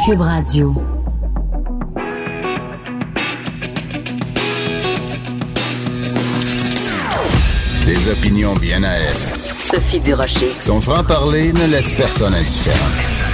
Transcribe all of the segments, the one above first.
Cube Radio. Des opinions bien à elle. Sophie Durocher. Son franc-parler ne laisse personne indifférent.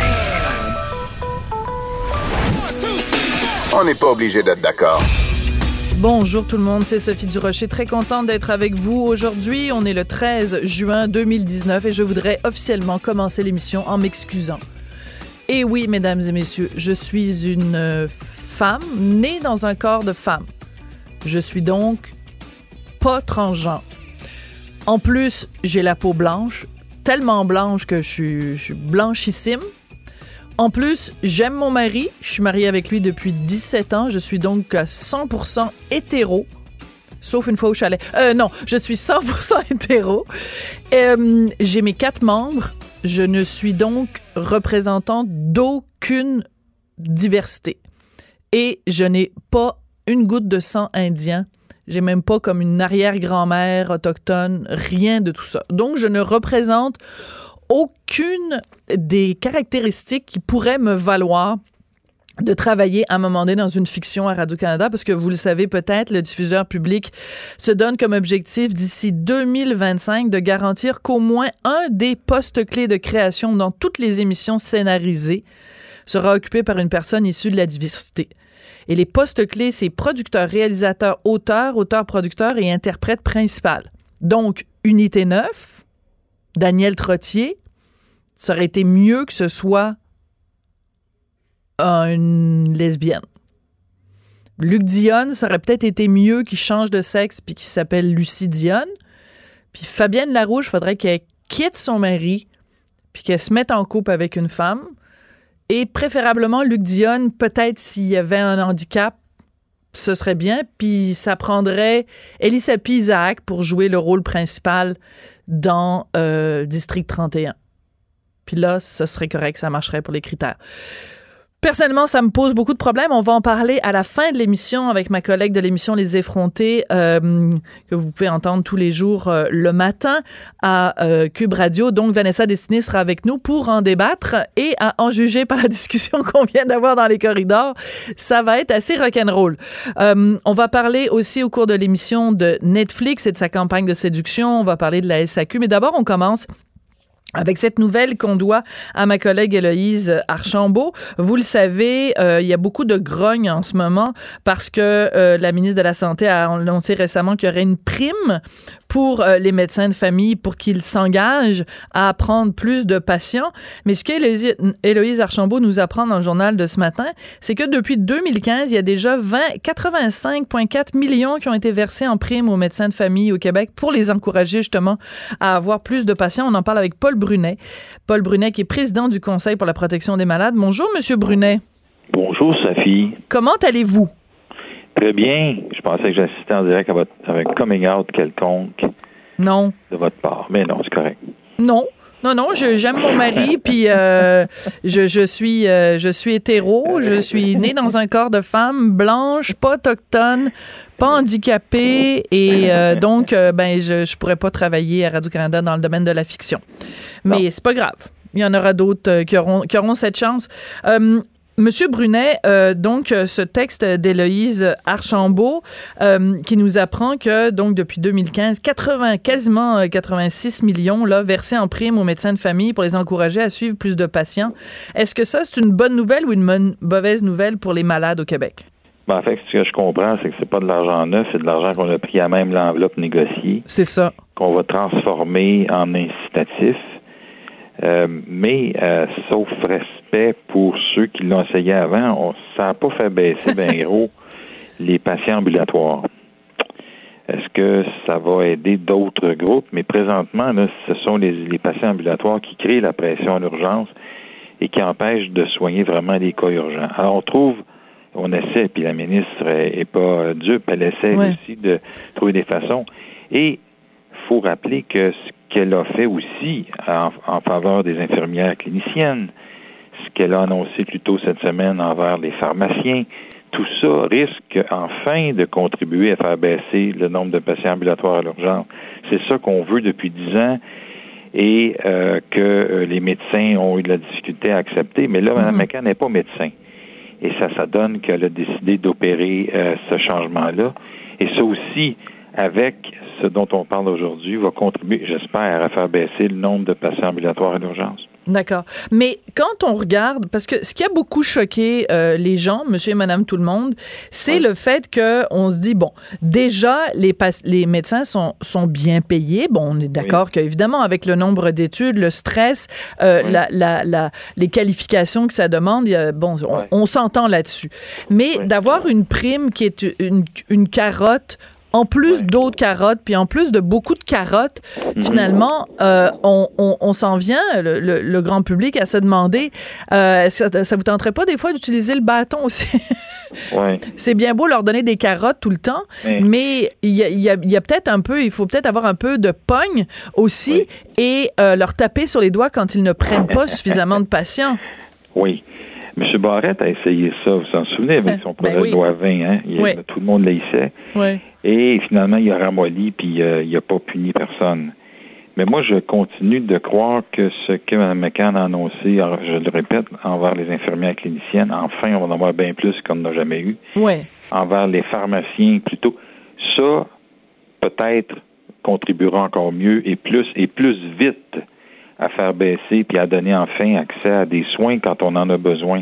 On n'est pas obligé d'être d'accord. Bonjour tout le monde, c'est Sophie Durocher, très contente d'être avec vous. Aujourd'hui, on est le 13 juin 2019 et je voudrais officiellement commencer l'émission en m'excusant. Et oui, mesdames et messieurs, je suis une femme née dans un corps de femme. Je suis donc pas transgenre. En plus, j'ai la peau blanche, tellement blanche que je suis blanchissime. En plus, j'aime mon mari. Je suis mariée avec lui depuis 17 ans. Je suis donc à 100% hétéro. Sauf une fois au chalet. Non, je suis 100% hétéro. J'ai mes 4 membres. Je ne suis donc représentante d'aucune diversité. Et je n'ai pas une goutte de sang indien. J'ai même pas comme une arrière-grand-mère autochtone. Rien de tout ça. Donc, je ne représente aucune des caractéristiques qui pourraient me valoir de travailler à un moment donné dans une fiction à Radio-Canada, parce que vous le savez peut-être, le diffuseur public se donne comme objectif d'ici 2025 de garantir qu'au moins un des postes clés de création dans toutes les émissions scénarisées sera occupé par une personne issue de la diversité. Et les postes clés, c'est producteur, réalisateur, auteur, auteur-producteur et interprète principal. Donc, Unité 9, Daniel Trottier, ça aurait été mieux que ce soit une lesbienne. Luc Dionne, ça aurait peut-être été mieux qu'il change de sexe puis qu'il s'appelle Lucie Dionne. Puis Fabienne Larouche, il faudrait qu'elle quitte son mari puis qu'elle se mette en couple avec une femme. Et préférablement, Luc Dionne, peut-être s'il y avait un handicap, ce serait bien. Puis ça prendrait Elisabeth Isaac pour jouer le rôle principal dans District 31. Puis là, ce serait correct, ça marcherait pour les critères. Personnellement, ça me pose beaucoup de problèmes. On va en parler à la fin de l'émission avec ma collègue de l'émission Les Effrontés, que vous pouvez entendre tous les jours le matin à Cube Radio. Donc, Vanessa Destiné sera avec nous pour en débattre et à en juger par la discussion qu'on vient d'avoir dans les corridors. Ça va être assez rock'n'roll. On va parler aussi au cours de l'émission de Netflix et de sa campagne de séduction. On va parler de la SAQ. Mais d'abord, on commence avec cette nouvelle qu'on doit à ma collègue Héloïse Archambault. Vous le savez, il y a beaucoup de grogne en ce moment parce que la ministre de la Santé a annoncé récemment qu'il y aurait une prime pour les médecins de famille pour qu'ils s'engagent à prendre plus de patients. Mais ce qu'Héloïse Archambault nous apprend dans le journal de ce matin, c'est que depuis 2015, il y a déjà 85,4 millions qui ont été versés en prime aux médecins de famille au Québec pour les encourager justement à avoir plus de patients. On en parle avec Paul Brunet. Paul Brunet qui est président du Conseil pour la protection des malades. Bonjour, Monsieur Brunet. Bonjour, Sophie. Comment allez-vous? Très bien. Je pensais que j'assistais en direct à un coming out quelconque. Non. De votre part. Mais non, c'est correct. Non, j'aime mon mari, puis je suis hétéro, je suis née dans un corps de femme, blanche, pas autochtone, pas handicapée, et donc, je pourrais pas travailler à Radio-Canada dans le domaine de la fiction. Mais c'est pas grave. Il y en aura d'autres qui auront cette chance. Monsieur Brunet, donc ce texte d'Héloïse Archambault qui nous apprend que donc depuis 2015, quasiment 86 millions là versés en prime aux médecins de famille pour les encourager à suivre plus de patients. Est-ce que ça c'est une bonne nouvelle ou une mauvaise nouvelle pour les malades au Québec? En fait, ce que je comprends, c'est que c'est pas de l'argent neuf, c'est de l'argent qu'on a pris à même l'enveloppe négociée. C'est ça. Qu'on va transformer en incitatif. Mais sauf respect pour ceux qui l'ont essayé avant, ça n'a pas fait baisser bien gros les patients ambulatoires. Est-ce que ça va aider d'autres groupes? Mais présentement, là, ce sont les patients ambulatoires qui créent la pression à l'urgence et qui empêchent de soigner vraiment les cas urgents. Alors, on essaie, puis la ministre est pas dupe, elle essaie aussi de trouver des façons. Et il faut rappeler que ce qu'elle a fait aussi en faveur des infirmières cliniciennes, ce qu'elle a annoncé plus tôt cette semaine envers les pharmaciens, tout ça risque enfin de contribuer à faire baisser le nombre de patients ambulatoires à l'urgence. C'est ça qu'on veut depuis 10 ans et que les médecins ont eu de la difficulté à accepter. Mais là, Mme McCann n'est pas médecin. Et ça donne qu'elle a décidé d'opérer ce changement-là. Et ça aussi, avec ce dont on parle aujourd'hui, va contribuer, j'espère, à faire baisser le nombre de patients ambulatoires à l'urgence. D'accord. Mais quand on regarde, parce que ce qui a beaucoup choqué les gens, monsieur et madame tout le monde, c'est le fait qu'on se dit, bon, déjà, les médecins sont bien payés. Bon, on est d'accord qu'évidemment, avec le nombre d'études, le stress, les qualifications que ça demande, on s'entend là-dessus. Mais d'avoir une prime qui est une carotte, en plus d'autres carottes, puis en plus de beaucoup de carottes, finalement, on s'en vient, le grand public, à se demander, est-ce que ça vous tenterait pas des fois d'utiliser le bâton aussi? C'est bien beau leur donner des carottes tout le temps, mais il y a peut-être il faut peut-être avoir un peu de pogne aussi et leur taper sur les doigts quand ils ne prennent pas suffisamment de patients. Oui. M. Barrette a essayé ça, vous vous en souvenez, avec son projet de loi 20, hein? Tout le monde l'haïssait. Et finalement, il a ramolli, puis il n'a pas puni personne. Mais moi, je continue de croire que ce que Mme McCann a annoncé, je le répète, envers les infirmières cliniciennes, enfin, on va en avoir bien plus qu'on n'a jamais eu. Envers les pharmaciens, plutôt. Ça, peut-être, contribuera encore mieux et plus vite à faire baisser puis à donner enfin accès à des soins quand on en a besoin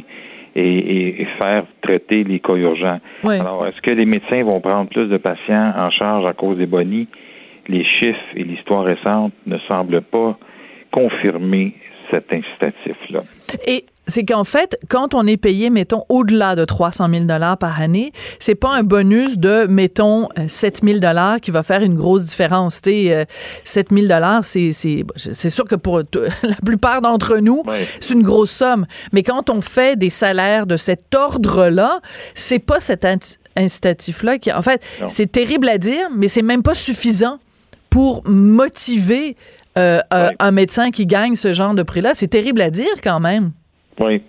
et faire traiter les cas urgents. Alors, est-ce que les médecins vont prendre plus de patients en charge à cause des bonis? Les chiffres et l'histoire récente ne semblent pas confirmer cet incitatif-là. Et c'est qu'en fait, quand on est payé, mettons, au-delà de 300 000 $ par année, c'est pas un bonus de, mettons, 7 000 $ qui va faire une grosse différence. Tu sais, 7 000 $, c'est sûr que pour la plupart d'entre nous, c'est une grosse somme. Mais quand on fait des salaires de cet ordre-là, c'est pas cet incitatif-là qui, en fait, c'est terrible à dire, mais c'est même pas suffisant pour motiver un médecin qui gagne ce genre de prix-là. C'est terrible à dire quand même. Oui.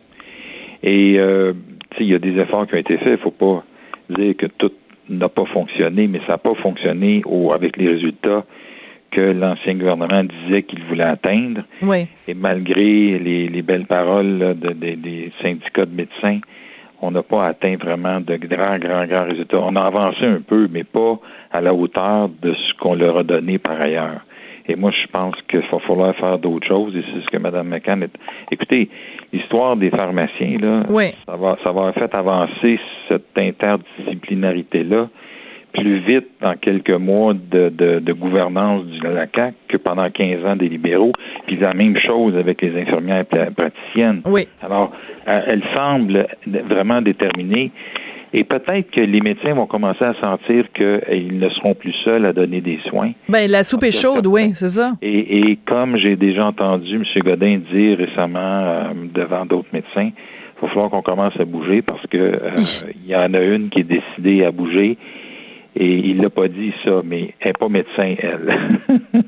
Et il y a des efforts qui ont été faits. Il ne faut pas dire que tout n'a pas fonctionné, mais ça n'a pas fonctionné avec les résultats que l'ancien gouvernement disait qu'il voulait atteindre. Et malgré les belles paroles là, des syndicats de médecins, on n'a pas atteint vraiment de grands résultats. On a avancé un peu, mais pas à la hauteur de ce qu'on leur a donné par ailleurs. Et moi, je pense qu'il va falloir faire d'autres choses, et c'est ce que Mme McCann est... Écoutez, l'histoire des pharmaciens, là, ça va faire avancer cette interdisciplinarité-là plus vite dans quelques mois de gouvernance de la CAQ que pendant 15 ans des libéraux, puis la même chose avec les infirmières praticiennes. Alors, elle semble vraiment déterminée. Et peut-être que les médecins vont commencer à sentir qu'ils ne seront plus seuls à donner des soins. La soupe est chaude, c'est ça. Et comme j'ai déjà entendu M. Godin dire récemment devant d'autres médecins, il va falloir qu'on commence à bouger parce que il y en a une qui est décidée à bouger. Et il l'a pas dit, ça, mais elle n'est pas médecin, elle.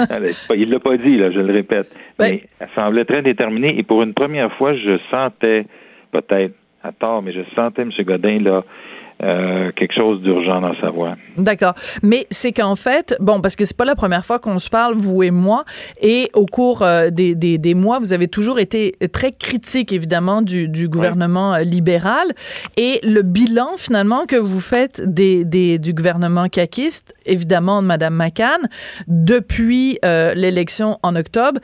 Il l'a pas dit, là, je le répète. Mais elle semblait très déterminée. Et pour une première fois, je sentais, peut-être à tort, mais je sentais M. Godin, là, quelque chose d'urgent dans sa voix. D'accord. Mais c'est qu'en fait, parce que c'est pas la première fois qu'on se parle, vous et moi, et au cours des mois, vous avez toujours été très critique, évidemment, du gouvernement libéral. Et le bilan, finalement, que vous faites du gouvernement caquiste, évidemment, de Mme McCann, depuis l'élection en octobre,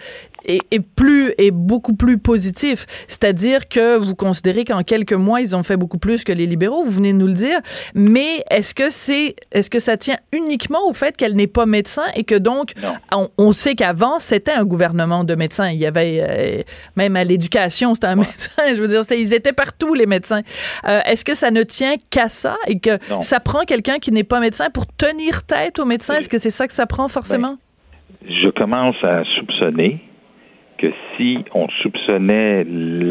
est beaucoup plus positif. C'est-à-dire que vous considérez qu'en quelques mois, ils ont fait beaucoup plus que les libéraux, vous venez de nous le dire, mais est-ce que ça tient uniquement au fait qu'elle n'est pas médecin et que donc, on sait qu'avant, c'était un gouvernement de médecins. Il y avait, même à l'éducation, c'était un médecin. Je veux dire, ils étaient partout, les médecins. Est-ce que ça ne tient qu'à ça et que ça prend quelqu'un qui n'est pas médecin pour tenir tête aux médecins? Est-ce que c'est ça que ça prend forcément? Je commence à soupçonner que si on soupçonnait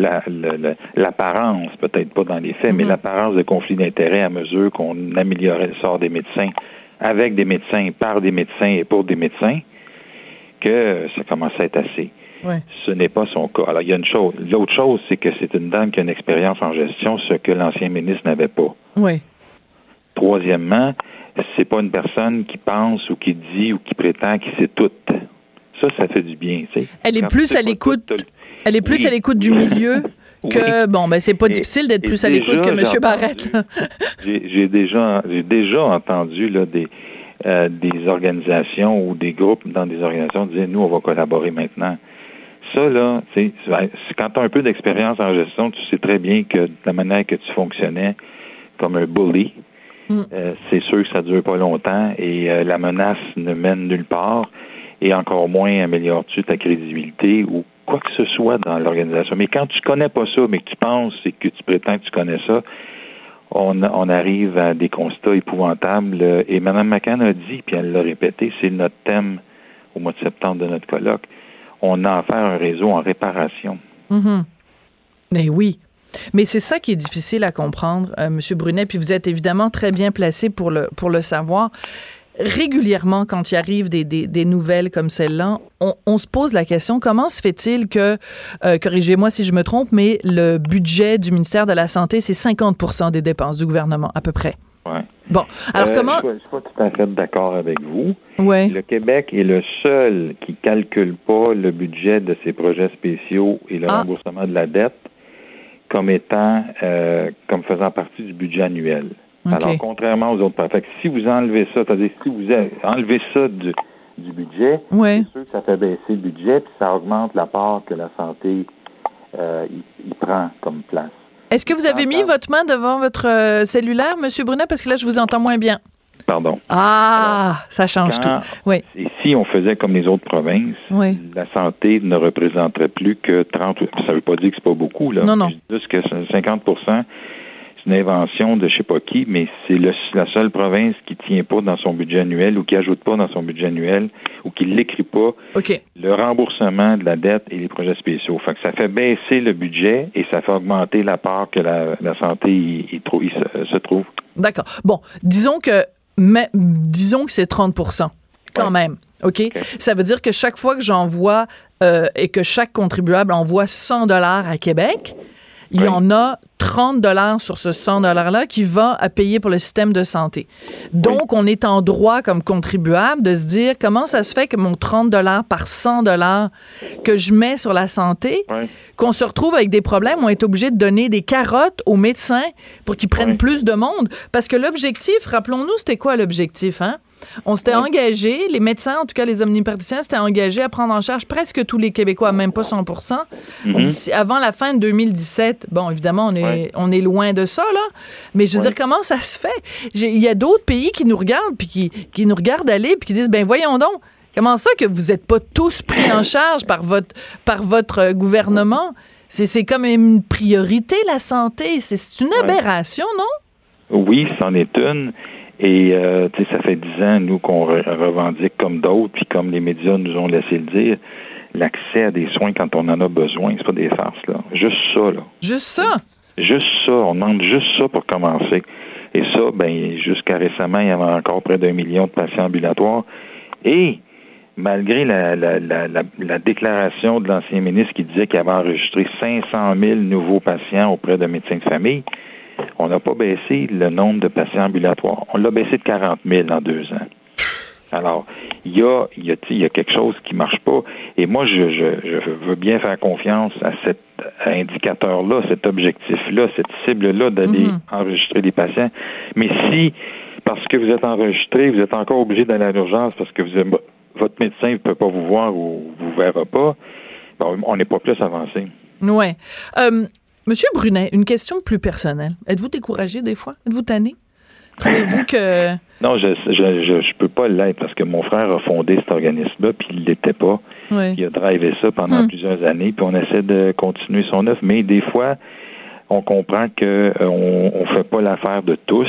l'apparence, peut-être pas dans les faits, mais l'apparence de conflit d'intérêts à mesure qu'on améliorait le sort des médecins, avec des médecins, par des médecins et pour des médecins, que ça commence à être assez. Ce n'est pas son cas. Alors, il y a une chose. L'autre chose, c'est que c'est une dame qui a une expérience en gestion, ce que l'ancien ministre n'avait pas. Troisièmement, c'est pas une personne qui pense ou qui dit ou qui prétend qu'il sait tout. ça fait du bien. Tu sais. Elle est plus à l'écoute. Elle est plus à l'écoute du milieu que c'est pas difficile d'être plus à l'écoute que M. Barrette. J'ai déjà entendu là, des organisations ou des groupes dans des organisations dire nous on va collaborer maintenant. Ça là, c'est quand tu as un peu d'expérience en gestion, tu sais très bien que de la manière que tu fonctionnais comme un bully, c'est sûr que ça dure pas longtemps et la menace ne mène nulle part et encore moins améliore-tu ta crédibilité ou quoi que ce soit dans l'organisation. Mais quand tu connais pas ça, mais que tu penses et que tu prétends que tu connais ça, on arrive à des constats épouvantables. Et Mme McCann a dit, puis elle l'a répété, c'est notre thème au mois de septembre de notre colloque, on a affaire à un réseau en réparation. Mm-hmm. Mais oui. Mais c'est ça qui est difficile à comprendre, M. Brunet, puis vous êtes évidemment très bien placé pour le savoir. Régulièrement, quand il arrive des nouvelles comme celle-là, on se pose la question, comment se fait-il que, corrigez-moi si je me trompe, mais le budget du ministère de la Santé, c'est 50% des dépenses du gouvernement, à peu près. Oui. Bon, alors comment... Je ne suis pas tout à fait d'accord avec vous. Ouais. Le Québec est le seul qui ne calcule pas le budget de ses projets spéciaux et le remboursement de la dette comme étant, comme faisant partie du budget annuel. Okay. Alors, contrairement aux autres, fait que si vous enlevez ça, c'est-à-dire si vous enlevez ça du budget, c'est sûr que ça fait baisser le budget, puis ça augmente la part que la santé il prend comme place. Est-ce que vous avez mis votre main devant votre cellulaire, M. Brunet, parce que là, je vous entends moins bien. Pardon. Ah, ça change tout. Oui. Et si on faisait comme les autres provinces, la santé ne représenterait plus que 30... Ça ne veut pas dire que c'est pas beaucoup, là. Non. Juste que 50%, c'est une invention de je sais pas qui, mais c'est la seule province qui tient pas dans son budget annuel ou qui ajoute pas dans son budget annuel ou qui l'écrit pas le remboursement de la dette et les projets spéciaux. Fait que ça fait baisser le budget et ça fait augmenter la part que la santé se trouve. D'accord. Bon, disons que c'est 30% quand même. OK? Ça veut dire que chaque fois que j'envoie et que chaque contribuable envoie $100 à Québec, il y en a 30 $ sur ce 100 $-là qui va à payer pour le système de santé. Donc, on est en droit comme contribuable de se dire comment ça se fait que mon 30 $ par 100 $ que je mets sur la santé, qu'on se retrouve avec des problèmes, on est obligé de donner des carottes aux médecins pour qu'ils prennent plus de monde. Parce que l'objectif, rappelons-nous, c'était quoi l'objectif, hein? On s'était engagé, les médecins, en tout cas les omnipraticiens, s'étaient engagés à prendre en charge presque tous les Québécois, même pas 100%. Avant la fin de 2017, bon, évidemment, on est loin de ça, là. Mais je veux dire, comment ça se fait? Il y a d'autres pays qui nous regardent, puis qui nous regardent aller, puis qui disent, ben voyons donc, comment ça que vous n'êtes pas tous pris en charge par votre gouvernement? C'est comme une priorité, la santé. C'est une aberration, non? Oui, c'en est une. Et ça fait 10 ans, nous, qu'on revendique comme d'autres, puis comme les médias nous ont laissé le dire, l'accès à des soins quand on en a besoin, c'est pas des farces, là. Juste ça, là. Juste ça? Juste ça. On demande juste ça pour commencer. Et ça, jusqu'à récemment, il y avait encore près d'1 million de patients ambulatoires. Et malgré la déclaration de l'ancien ministre qui disait qu'il avait enregistré 500 000 nouveaux patients auprès de médecins de famille, on n'a pas baissé le nombre de patients ambulatoires. On l'a baissé de 40 000 en 2 ans. Alors, il y a quelque chose qui marche pas. Et moi, je veux bien faire confiance à cet indicateur-là, cet objectif-là, cette cible-là d'aller enregistrer des patients. Mais si, parce que vous êtes enregistré, vous êtes encore obligé d'aller à l'urgence parce que votre médecin ne peut pas vous voir ou vous verra pas, on n'est pas plus avancé. Oui. Monsieur Brunet, une question plus personnelle. Êtes-vous découragé des fois? Êtes-vous tanné? Trouvez-vous que... Non, je peux pas l'être parce que mon frère a fondé cet organisme-là, puis il l'était pas. Il a drivé ça pendant plusieurs années, puis on essaie de continuer son œuvre. Mais des fois, on comprend que on fait pas l'affaire de tous.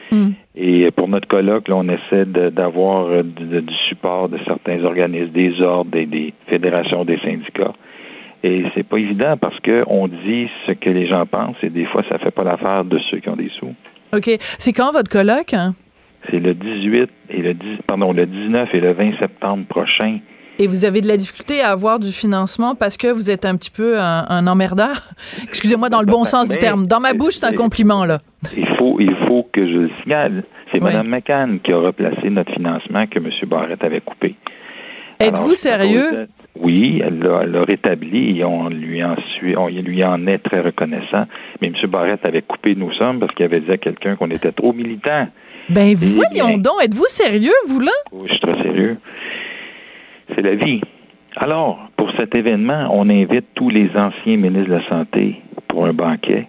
Et pour notre colloque, là, on essaie d'avoir du support de certains organismes, des ordres, des fédérations, des syndicats. Et c'est pas évident parce que on dit ce que les gens pensent et des fois, ça fait pas l'affaire de ceux qui ont des sous. OK. C'est quand votre colloque? Hein? C'est le 18 et le 19 et le 20 septembre prochain. Et vous avez de la difficulté à avoir du financement parce que vous êtes un petit peu un emmerdeur? Excusez-moi, dans le bon sens du terme. Dans ma bouche, c'est un compliment, là. Il faut que je le signale. C'est Mme McCann qui a replacé notre financement que M. Barrette avait coupé. Êtes-vous sérieux? Oui, elle l'a rétabli et on lui en est très reconnaissant. Mais M. Barrette avait coupé nos sommes parce qu'il avait dit à quelqu'un qu'on était trop militants. Ben voyons donc, êtes-vous sérieux, vous, là? Oui, je suis très sérieux. C'est la vie. Alors, pour cet événement, on invite tous les anciens ministres de la Santé pour un banquet.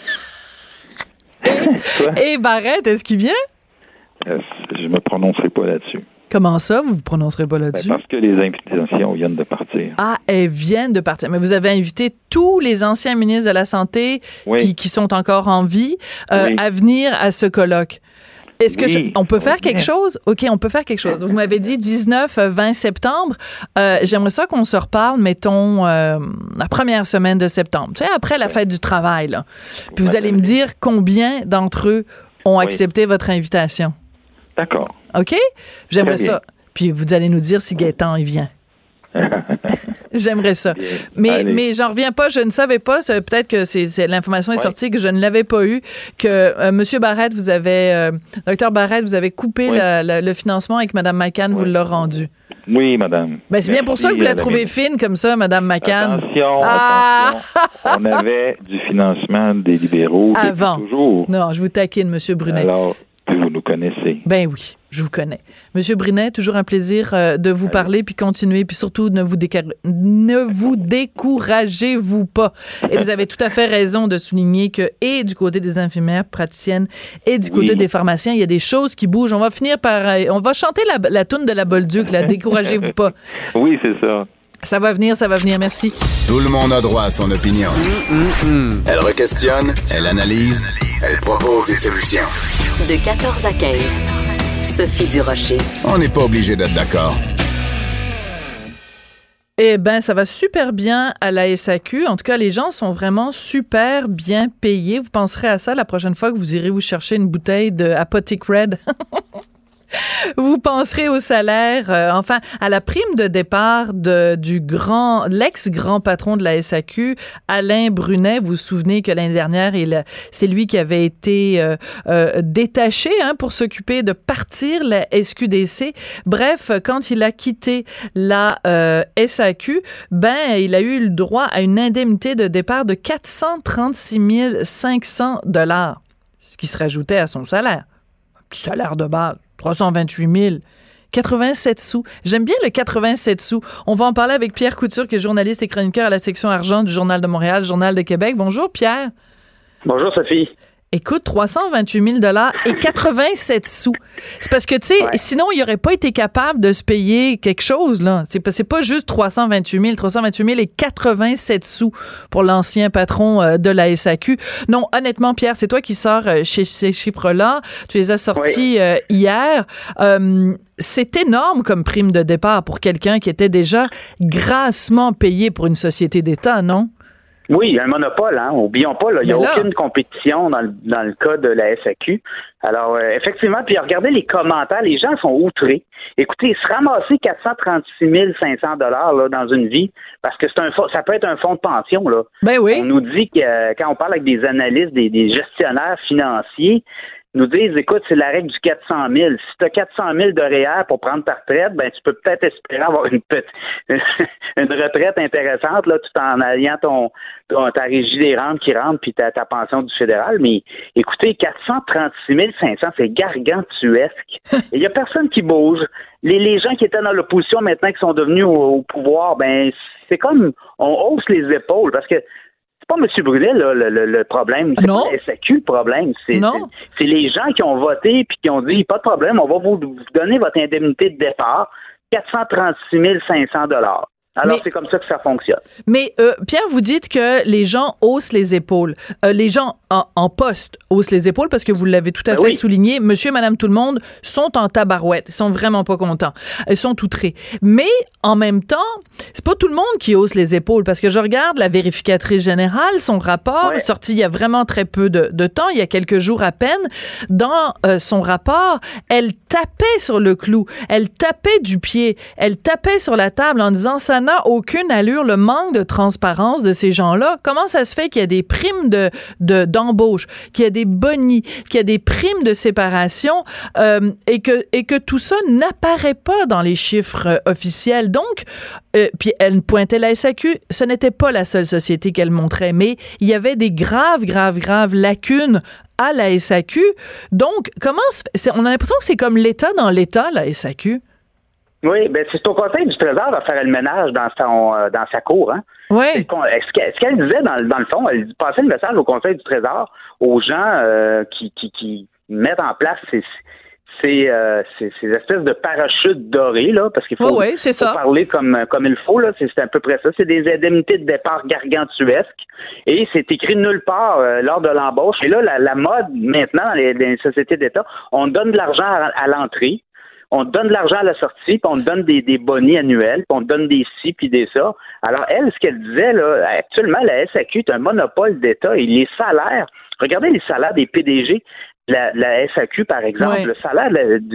Et Barrette, est-ce qu'il vient? Je me prononcerai pas là-dessus. Comment ça, vous vous prononcerez pas là-dessus? Parce que les invitations viennent de partir. Ah, elles viennent de partir. Mais vous avez invité tous les anciens ministres de la Santé qui sont encore en vie à venir à ce colloque. Est-ce que on peut faire quelque chose? OK, on peut faire quelque chose. Vous m'avez dit 19-20 septembre. J'aimerais ça qu'on se reparle, mettons, la première semaine de septembre. Tu sais, après la fête du travail, là. Puis vous allez me dire combien d'entre eux ont accepté votre invitation. D'accord. OK? J'aimerais ça. Puis vous allez nous dire si Gaétan, il vient. J'aimerais ça. Mais j'en reviens pas, je ne savais pas, peut-être que l'information est sortie, que je ne l'avais pas eu, que Monsieur Barrette, Dr Barrette, vous avez coupé le financement et que Mme McCann vous l'a rendu. Oui, madame. Ben, c'est bien pour ça que vous la trouvez fine comme ça, Mme McCann. Attention. On avait du financement des libéraux. Avant. Toujours. Non, je vous taquine, Monsieur Brunet. Alors, vous nous connaissez. Ben oui, je vous connais. Monsieur Brunet, toujours un plaisir de vous parler, puis continuer, puis surtout ne vous découragez-vous pas. Et vous avez tout à fait raison de souligner que, et du côté des infirmières praticiennes, et du côté des pharmaciens, il y a des choses qui bougent. On va finir on va chanter la toune de la Bolduc, là, découragez-vous pas. Oui, c'est ça. Ça va venir, merci. Tout le monde a droit à son opinion. Elle requestionne, elle analyse, elle propose des solutions. De 14 à 15, Sophie Durocher. On n'est pas obligé d'être d'accord. Eh bien, ça va super bien à la SAQ. En tout cas, les gens sont vraiment super bien payés. Vous penserez à ça la prochaine fois que vous irez vous chercher une bouteille de Apotic Red. Vous penserez au salaire, enfin, à la prime de départ l'ex-grand patron de la SAQ, Alain Brunet. Vous vous souvenez que l'année dernière, c'est lui qui avait été détaché pour s'occuper de partir la SQDC. Bref, quand il a quitté la SAQ, il a eu le droit à une indemnité de départ de 436 500 $, ce qui se rajoutait à son salaire. Un petit salaire de base. 328 000. 87 sous. J'aime bien le 87 sous. On va en parler avec Pierre Couture, qui est journaliste et chroniqueur à la section argent du Journal de Montréal, Journal de Québec. Bonjour, Pierre. Bonjour, Sophie. Écoute, 328 000 $ et 87 sous. C'est parce que, tu sais, sinon, il n'aurait pas été capable de se payer quelque chose, là. C'est pas juste 328 000 et 87 sous pour l'ancien patron de la SAQ. Non, honnêtement, Pierre, c'est toi qui sors ces chiffres-là. Tu les as sortis hier. C'est énorme comme prime de départ pour quelqu'un qui était déjà grassement payé pour une société d'État, non? Oui, un monopole, oublions pas, il n'y a aucune compétition dans le cas de la SAQ. Alors, effectivement, puis regardez les commentaires, les gens sont outrés. Écoutez, se ramasser 436 500 $ là, dans une vie, parce que ça peut être un fonds de pension, là. Ben oui. On nous dit que quand on parle avec des analystes, des gestionnaires financiers, nous disent, écoute, c'est la règle du 400 000. Si tu as 400 000 de REER pour prendre ta retraite, tu peux peut-être espérer avoir une retraite intéressante, là, tout en alliant ta régie des rentes qui rentre puis ta pension du fédéral. Mais écoutez, 436 500, c'est gargantuesque. Il y a personne qui bouge. Les gens qui étaient dans l'opposition maintenant qui sont devenus au pouvoir, c'est comme on hausse les épaules parce que c'est pas M. Brunet, là, le problème. C'est pas la SAQ, le problème. C'est les gens qui ont voté puis qui ont dit, pas de problème, on va vous donner votre indemnité de départ, 436 500 $. Alors, c'est comme ça que ça fonctionne. Mais, Pierre, vous dites que les gens haussent les épaules. Les gens en poste haussent les épaules parce que vous l'avez tout à fait souligné. Monsieur et madame tout le monde sont en tabarouette. Ils sont vraiment pas contents. Ils sont outrés. Mais, en même temps, c'est pas tout le monde qui hausse les épaules parce que je regarde la vérificatrice générale, son rapport, sorti il y a vraiment très peu de temps, il y a quelques jours à peine. Dans son rapport, elle tapait sur le clou. Elle tapait du pied. Elle tapait sur la table en disant ça n'a aucune allure, le manque de transparence de ces gens-là. Comment ça se fait qu'il y a des primes d'embauche, qu'il y a des bonis, qu'il y a des primes de séparation et que tout ça n'apparaît pas dans les chiffres officiels. Donc, puis elle pointait la SAQ, ce n'était pas la seule société qu'elle montrait, mais il y avait des graves lacunes à la SAQ. Donc, on a l'impression que c'est comme l'État dans l'État, la SAQ. Oui, ben c'est au Conseil du Trésor de faire le ménage dans sa cour, hein. Oui. Ce qu'elle disait dans le fond, elle passait le message au Conseil du Trésor aux gens qui mettent en place ces espèces de parachutes dorés, là, parce qu'il faut, faut parler comme il faut, là, c'est à peu près ça. C'est des indemnités de départ gargantuesques et c'est écrit nulle part lors de l'embauche. Et là, la mode maintenant dans les sociétés d'État, on donne de l'argent à l'entrée, on donne de l'argent à la sortie, puis on donne des bonnies annuels, puis on donne des ci, puis des ça. Alors, elle, ce qu'elle disait, là, actuellement, la SAQ est un monopole d'État et les salaires, regardez les salaires des PDG, la SAQ, par exemple, le salaire,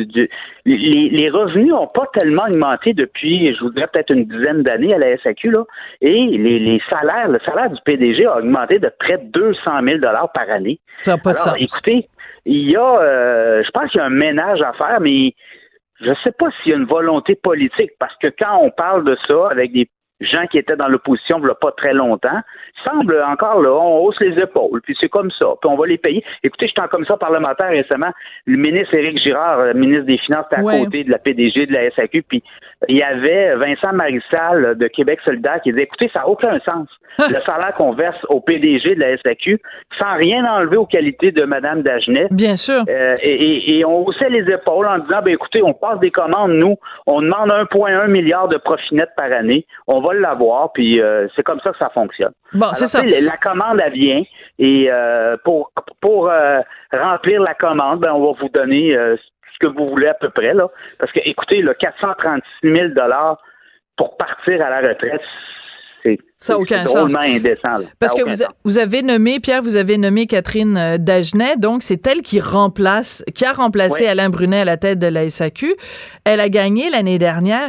les revenus n'ont pas tellement augmenté depuis, je vous dirais, peut-être une dizaine d'années à la SAQ, là, et le salaire du PDG a augmenté de près de 200 000 par année. Ça n'a pas de sens. Écoutez, il y a, je pense qu'il y a un ménage à faire, mais je ne sais pas s'il y a une volonté politique, parce que quand on parle de ça avec des gens qui étaient dans l'opposition il n'y a pas très longtemps, semble encore là, on hausse les épaules, puis c'est comme ça, puis on va les payer. Écoutez, j'étais en commission parlementaire récemment, le ministre Éric Girard, ministre des Finances, était à côté de la PDG de la SAQ, puis il y avait Vincent Marissal de Québec solidaire qui disait, écoutez, ça n'a aucun sens. Le salaire qu'on verse au PDG de la SAQ, sans rien enlever aux qualités de Mme Dagenet. Bien sûr. Et on haussait les épaules en disant, ben écoutez, on passe des commandes, nous, on demande 1,1 milliard de profit net par année, on va l'avoir, puis c'est comme ça que ça fonctionne. Bon, alors, c'est ça. La commande, elle vient, et pour remplir la commande, ben, on va vous donner ce que vous voulez à peu près, là. Parce que, écoutez, là, 436 000 $ pour partir à la retraite, c'est drôlement indécent. Là. Parce que vous avez nommé, Pierre, vous avez nommé Catherine Dagenet, donc c'est elle qui a remplacé Alain Brunet à la tête de la SAQ. Elle a gagné l'année dernière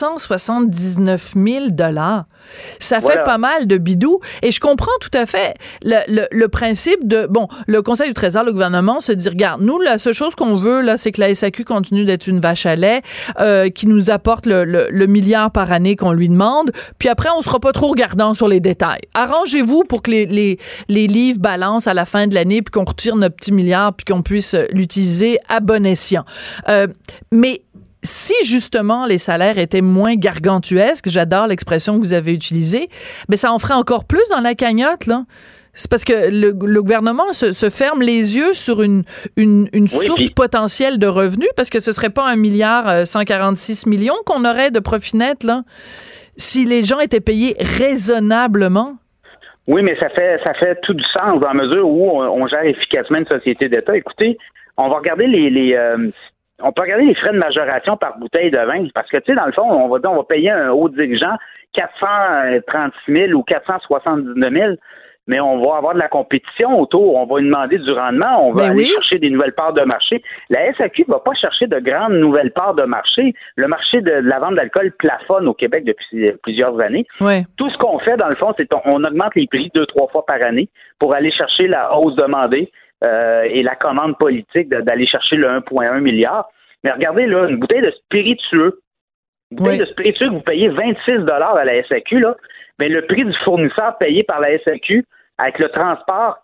479 000 $. Ça fait pas mal de bidou. Et je comprends tout à fait le principe de, le Conseil du Trésor, le gouvernement se dit, regarde, nous, la seule chose qu'on veut, là, c'est que la SAQ continue d'être une vache à lait, qui nous apporte le milliard par année qu'on lui demande, puis après, on sera pas trop regardant sur les détails. Arrangez-vous pour que les livres balancent à la fin de l'année, puis qu'on retire notre petit milliard, puis qu'on puisse l'utiliser à bon escient. Mais si justement les salaires étaient moins gargantuesques, j'adore l'expression que vous avez utilisée, mais ça en ferait encore plus dans la cagnotte, là. C'est parce que le gouvernement se ferme les yeux sur une source potentielle de revenus, parce que ce serait pas 1,146 milliard qu'on aurait de profit net, là, si les gens étaient payés raisonnablement. Oui, mais ça fait tout du sens dans la mesure où on gère efficacement une société d'État. Écoutez, on va regarder on peut regarder les frais de majoration par bouteille de vin, parce que, tu sais, dans le fond, on va payer un haut dirigeant 436 000 ou 479 000, mais on va avoir de la compétition autour, on va lui demander du rendement, on va aller chercher des nouvelles parts de marché. La SAQ ne va pas chercher de grandes nouvelles parts de marché. Le marché de la vente d'alcool plafonne au Québec depuis plusieurs années. Ouais. Tout ce qu'on fait, dans le fond, c'est qu'on augmente les prix 2-3 fois par année pour aller chercher la hausse demandée. Et la commande politique d'aller chercher le 1,1 milliard. Mais regardez, là, une bouteille de spiritueux. Une bouteille de spiritueux que vous payez 26 $ à la SAQ, là, mais le prix du fournisseur payé par la SAQ, avec le transport,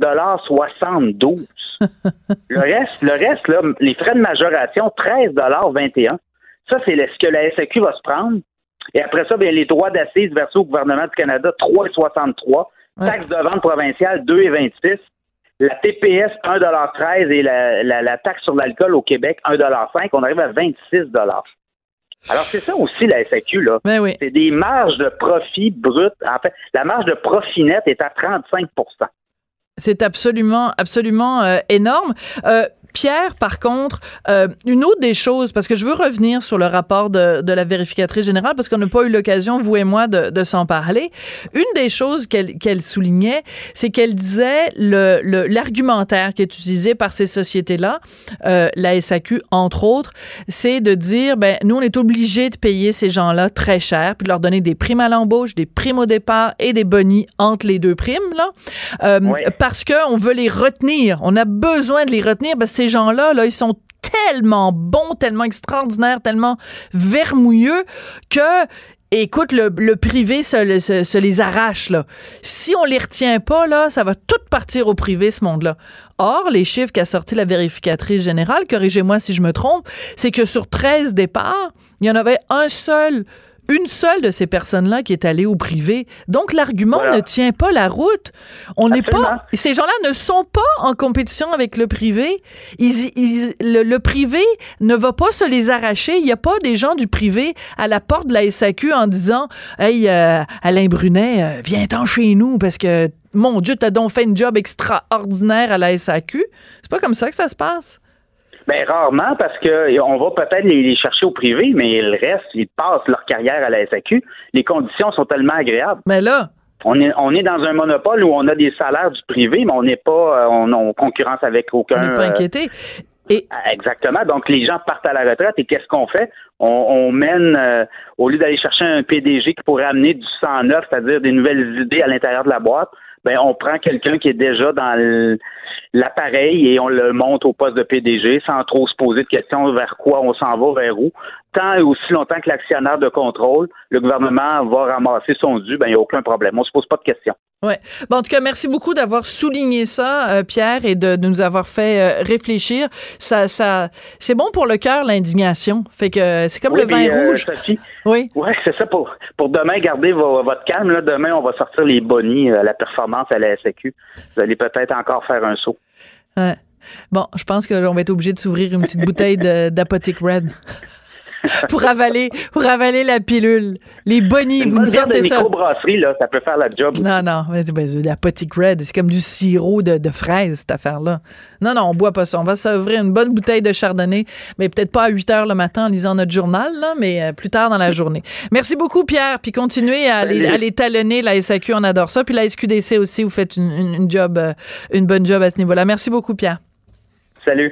4,72 $. Le reste, là, les frais de majoration, 13,21 $. Ça, c'est ce que la SAQ va se prendre. Et après ça, bien, les droits d'assises versés au gouvernement du Canada, 3,63 $. Taxe de vente provinciale, 2,26 $. La TPS, 1,13 $ et la taxe sur l'alcool au Québec, 1,5 $. On arrive à 26 $. Alors, c'est ça aussi, la SAQ, là. Ben oui. C'est des marges de profit brut. En fait, la marge de profit net est à 35 %. C'est absolument énorme. Pierre, par contre, une autre des choses, parce que je veux revenir sur le rapport de la vérificatrice générale, parce qu'on n'a pas eu l'occasion, vous et moi, de s'en parler. Une des choses qu'elle soulignait, c'est qu'elle disait l'argumentaire qui est utilisé par ces sociétés-là, la SAQ, entre autres, c'est de dire, nous, on est obligés de payer ces gens-là très cher, puis de leur donner des primes à l'embauche, des primes au départ et des bonis entre les deux primes, là, parce qu'on veut les retenir. On a besoin de les retenir parce que ces gens-là, là, ils sont tellement bons, tellement extraordinaires, tellement vermouilleux que, écoute, le privé se les arrache, là. Si on les retient pas, là, ça va tout partir au privé, ce monde-là. Or, les chiffres qu'a sorti la vérificatrice générale, corrigez-moi si je me trompe, c'est que sur 13 départs, il y en avait une seule de ces personnes-là qui est allée au privé. Donc, l'argument ne tient pas la route. Ces gens-là ne sont pas en compétition avec le privé. Le privé ne va pas se les arracher. Il n'y a pas des gens du privé à la porte de la SAQ en disant « Hey, Alain Brunet, viens-t'en chez nous parce que, mon Dieu, t'as donc fait une job extraordinaire à la SAQ. » C'est pas comme ça que ça se passe. Rarement, parce que on va peut-être les chercher au privé, mais le reste, ils passent leur carrière à la SAQ. Les conditions sont tellement agréables. Mais là, on est dans un monopole où on a des salaires du privé, mais on n'est pas on concurrence avec aucun. On n'est pas inquiété. Exactement. Donc, les gens partent à la retraite et qu'est-ce qu'on fait? On mène, au lieu d'aller chercher un PDG qui pourrait amener du sang neuf, c'est-à-dire des nouvelles idées à l'intérieur de la boîte, on prend quelqu'un qui est déjà dans l'appareil et on le monte au poste de PDG sans trop se poser de questions vers quoi on s'en va, vers où. Tant et aussi longtemps que l'actionnaire de contrôle, le gouvernement va ramasser son dû, il n'y a aucun problème. On ne se pose pas de questions. Ouais. En tout cas, merci beaucoup d'avoir souligné ça, Pierre, et de nous avoir fait réfléchir. Ça, c'est bon pour le cœur, l'indignation. Fait que c'est comme le vin rouge. Sophie, oui, c'est ça. Pour demain, gardez votre calme. Là. Demain, on va sortir les bonis à la performance à la SAQ. Vous allez peut-être encore faire un saut. Ouais. Bon, je pense qu'on va être obligé de s'ouvrir une petite bouteille d'Apotic Red. pour avaler la pilule. Les bonis, vous me sortez ça. Une microbrasserie, là, ça peut faire la job. Non, la Potic Red, c'est comme du sirop de fraises, cette affaire-là. Non, on boit pas ça. On va s'ouvrir une bonne bouteille de chardonnay, mais peut-être pas à 8 heures le matin en lisant notre journal, là, mais plus tard dans la journée. Merci beaucoup, Pierre, puis continuez à les talonner, la SAQ, on adore ça, puis la SQDC aussi, vous faites une bonne job à ce niveau-là. Merci beaucoup, Pierre. Salut.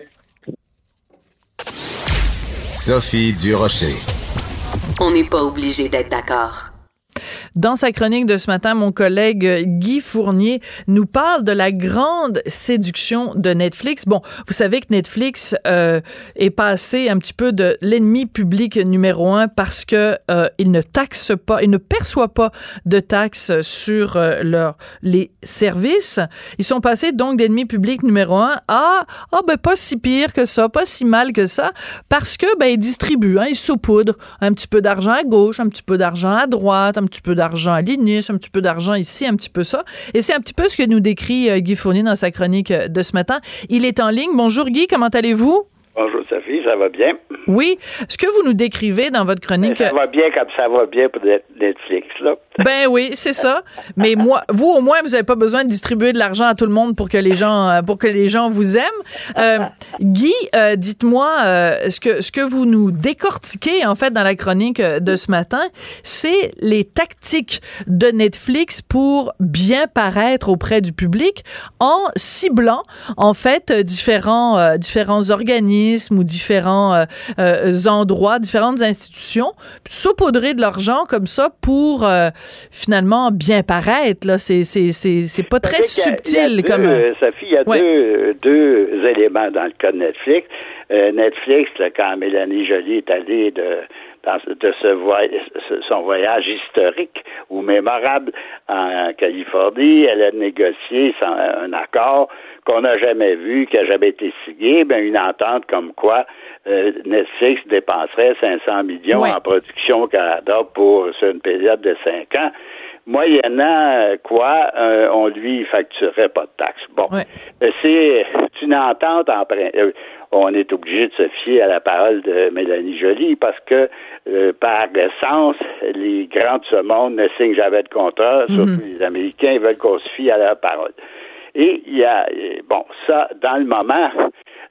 Sophie Durocher. On n'est pas obligé d'être d'accord. Dans sa chronique de ce matin, mon collègue Guy Fournier nous parle de la grande séduction de Netflix. Bon, vous savez que Netflix est passé un petit peu de l'ennemi public numéro 1 parce que il ne taxe pas, il ne perçoit pas de taxes sur les services. Ils sont passés donc d'ennemi public numéro 1 à pas si pire que ça, pas si mal que ça, parce que ils distribuent, ils saupoudrent un petit peu d'argent à gauche, un petit peu d'argent à droite, un petit peu d'argent à l'INUS, un petit peu d'argent ici, un petit peu ça. Et c'est un petit peu ce que nous décrit Guy Fournier dans sa chronique de ce matin. Il est en ligne. Bonjour Guy, comment allez-vous? Bonjour Sophie, ça va bien? Oui. Ce que vous nous décrivez dans votre chronique... Ça va bien comme ça va bien pour Netflix, là. Ben oui, c'est ça. Mais vous, au moins, vous n'avez pas besoin de distribuer de l'argent à tout le monde pour que les gens vous aiment. Guy, dites-moi, ce que vous nous décortiquez, en fait, dans la chronique de ce matin, c'est les tactiques de Netflix pour bien paraître auprès du public en ciblant, en fait, différents organismes ou différents endroits, différentes institutions, saupoudrer de l'argent comme ça pour finalement bien paraître. Là, c'est pas très subtil comme. Sophie, il y a deux éléments dans le cas de Netflix. Netflix, là, quand Mélanie Joly est allée de son voyage historique ou mémorable en Californie, elle a négocié un accord qu'on n'a jamais vu, qui n'a jamais été signé, une entente comme quoi Netflix dépenserait 500 millions en production au Canada sur une période de 5 ans, moyennant quoi on lui facturerait pas de taxes. Bon, c'est une entente on est obligé de se fier à la parole de Mélanie Joly parce que, par essence, les grands de ce monde ne signent jamais de contrat, surtout les Américains, ils veulent qu'on se fie à leur parole. Et il y a, ça, dans le moment,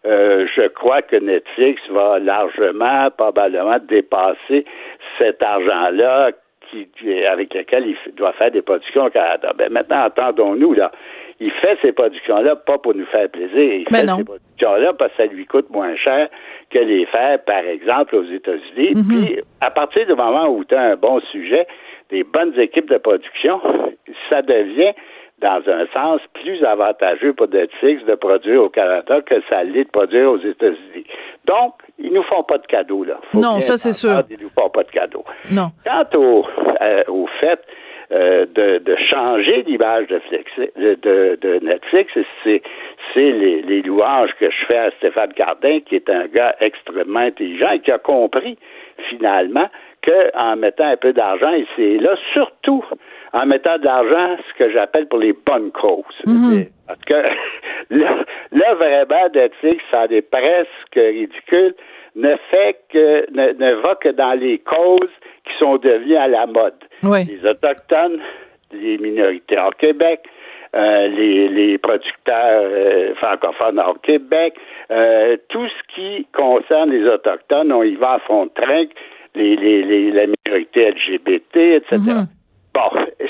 je crois que Netflix va largement, probablement dépasser cet argent-là avec lequel il doit faire des productions au Canada. Ben maintenant, entendons-nous, là. Il fait ces productions-là pas pour nous faire plaisir. Il fait ces productions-là parce que ça lui coûte moins cher que les faire, par exemple, aux États-Unis. Puis, à partir du moment où tu as un bon sujet, des bonnes équipes de production, ça devient, dans un sens, plus avantageux pour Netflix de produire au Canada que ça l'est de produire aux États-Unis. Donc, ils nous font pas de cadeaux, là. Non, ça, c'est sûr. Ils nous font pas de cadeaux. Non. Quant au fait de changer l'image de Netflix, c'est les louanges que je fais à Stéphane Cardin, qui est un gars extrêmement intelligent et qui a compris, finalement, qu'en mettant un peu d'argent, et c'est là, surtout en mettant de l'argent, ce que j'appelle pour les bonnes causes. Parce que là, vraiment, Netflix, ça est presque ridicule, ne va que dans les causes qui sont devenues à la mode. Oui. Les Autochtones, les minorités au Québec, les producteurs francophones au Québec, tout ce qui concerne les Autochtones, on y va à fond de train, la minorité LGBT, etc. Bon,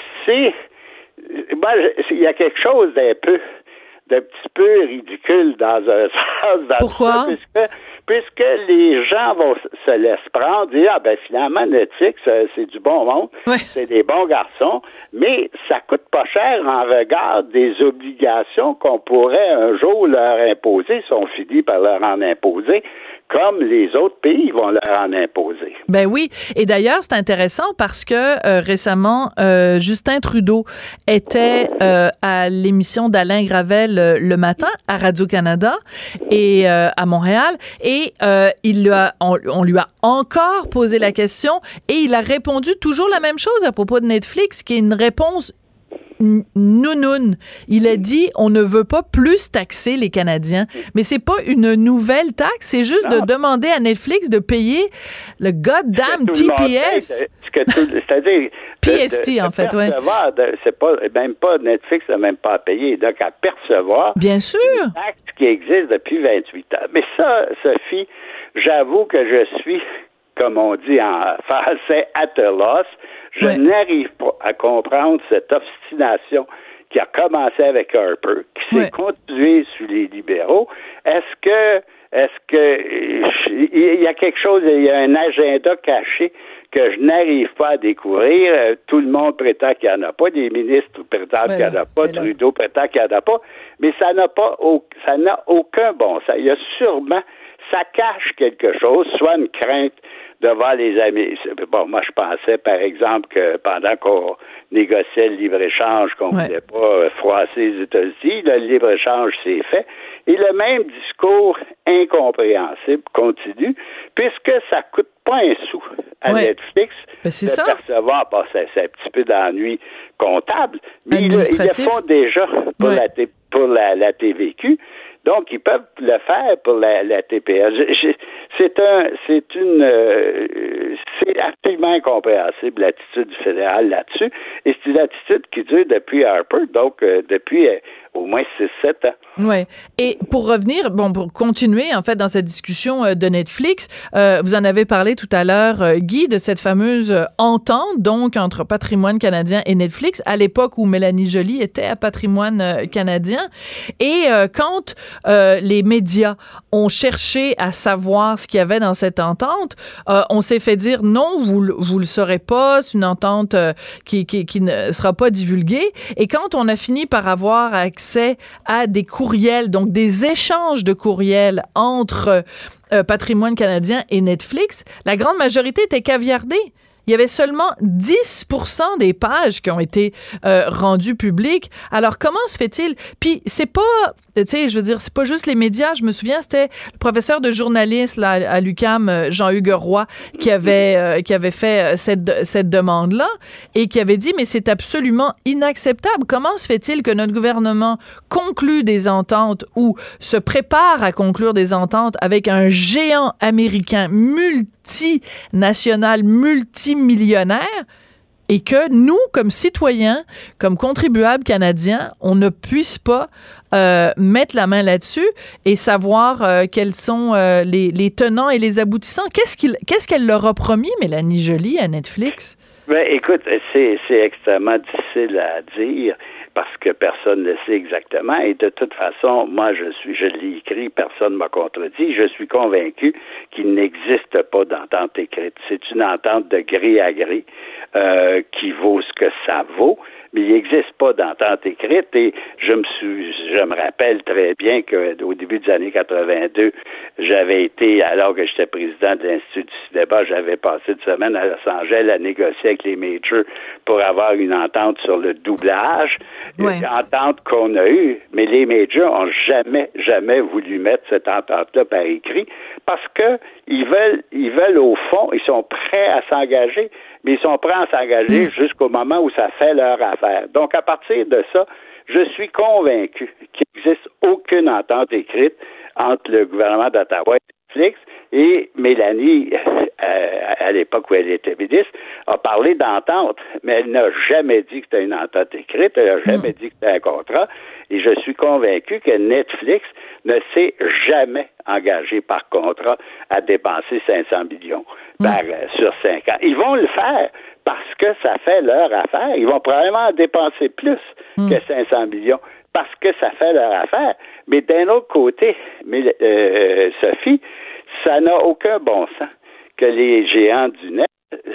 il y a quelque chose d'un petit peu ridicule dans un sens. Pourquoi? Puisque les gens vont se laisser prendre, dire, finalement, Netflix, c'est du bon monde, c'est des bons garçons, mais ça coûte pas cher en regard des obligations qu'on pourrait un jour leur imposer, si on finit par leur en imposer, comme les autres pays vont leur en imposer. Ben oui. Et d'ailleurs, c'est intéressant parce que récemment, Justin Trudeau était à l'émission d'Alain Gravel le matin à Radio-Canada et à Montréal. Et on lui a encore posé la question et il a répondu toujours la même chose à propos de Netflix, qui est une réponse nounoun. Il a dit on ne veut pas plus taxer les Canadiens, mais c'est pas une nouvelle taxe, c'est juste de demander à Netflix de payer le goddamn TPS. C'est-à-dire PST en fait, oui. C'est pas même pas Netflix n'a même pas à payer, donc à percevoir. Bien sûr. Une taxe qui existe depuis 28 ans. Mais ça, Sophie, j'avoue que je suis, comme on dit en français, at a loss. Je n'arrive pas à comprendre cette obstination qui a commencé avec Harper, qui s'est continuée sur les libéraux. Est-ce que il y a quelque chose, il y a un agenda caché que je n'arrive pas à découvrir? Tout le monde prétend qu'il n'y en a pas, les ministres prétendent qu'il n'y en a pas, Trudeau prétend qu'il n'y en a pas, mais ça n'a aucun bon sens. Il y a sûrement, ça cache quelque chose, soit une crainte devant les amis. Bon, moi, je pensais, par exemple, que pendant qu'on négociait le libre-échange, qu'on ne voulait pas froisser les États-Unis, le libre-échange s'est fait. Et le même discours incompréhensible continue, puisque ça coûte pas un sou à Netflix de percevoir. Bon, c'est un petit peu d'ennui comptable, mais ils le font déjà pour la TVQ. Donc, ils peuvent le faire pour la TPS. C'est absolument incompréhensible, l'attitude du fédéral là-dessus. Et c'est une attitude qui dure depuis Harper, donc depuis au moins 6-7 ans. Oui. Et pour revenir, pour continuer, en fait, dans cette discussion de Netflix, vous en avez parlé tout à l'heure, Guy, de cette fameuse entente, donc, entre Patrimoine canadien et Netflix, à l'époque où Mélanie Joly était à Patrimoine canadien. Et quand les médias ont cherché à savoir ce qu'il y avait dans cette entente, on s'est fait dire non, vous le saurez pas, c'est une entente qui ne sera pas divulguée. Et quand on a fini par avoir accès à des courriels, donc des échanges de courriels entre Patrimoine canadien et Netflix, la grande majorité était caviardée. Il y avait seulement 10% des pages qui ont été rendues publiques. Alors, comment se fait-il? Puis, c'est pas, tu sais, je veux dire, c'est pas juste les médias. Je me souviens, c'était le professeur de journalisme là, à l'UQAM, Jean-Hugues Roy, qui avait fait cette demande-là et qui avait dit, mais c'est absolument inacceptable. Comment se fait-il que notre gouvernement conclut des ententes ou se prépare à conclure des ententes avec un géant américain multinational, multimillionnaire, et que nous, comme citoyens, comme contribuables canadiens, on ne puisse pas mettre la main là-dessus et savoir quels sont les tenants et les aboutissants. Qu'est-ce qu'elle leur a promis, Mélanie Joly, à Netflix? Ben, écoute, c'est extrêmement difficile à dire parce que personne ne sait exactement. Et de toute façon, moi, je l'ai écrit, personne ne m'a contredit. Je suis convaincu qu'il n'existe pas d'entente écrite. C'est une entente de gré à gré qui vaut ce que ça vaut. Mais il n'existe pas d'entente écrite et je me rappelle très bien qu'au début des années 82, j'avais été, alors que j'étais président de l'Institut du cinéma, j'avais passé une semaine à Los Angeles à négocier avec les majors pour avoir une entente sur le doublage. Ouais. Une entente qu'on a eue, mais les majors ont jamais voulu mettre cette entente-là par écrit parce que ils veulent au fond, ils sont prêts à s'engager, mais ils sont prêts à s'engager jusqu'au moment où ça fait leur affaire. Donc, à partir de ça, je suis convaincu qu'il n'existe aucune entente écrite entre le gouvernement d'Ottawa et Netflix. Et Mélanie, à l'époque où elle était ministre, a parlé d'entente, mais elle n'a jamais dit que c'était une entente écrite, elle n'a jamais dit que c'était un contrat. Et je suis convaincu que Netflix ne s'est jamais engagé par contrat à dépenser 500 millions sur 5 ans. Ils vont le faire parce que ça fait leur affaire. Ils vont probablement en dépenser plus que 500 millions parce que ça fait leur affaire. Mais d'un autre côté, Sophie, ça n'a aucun bon sens que les géants du net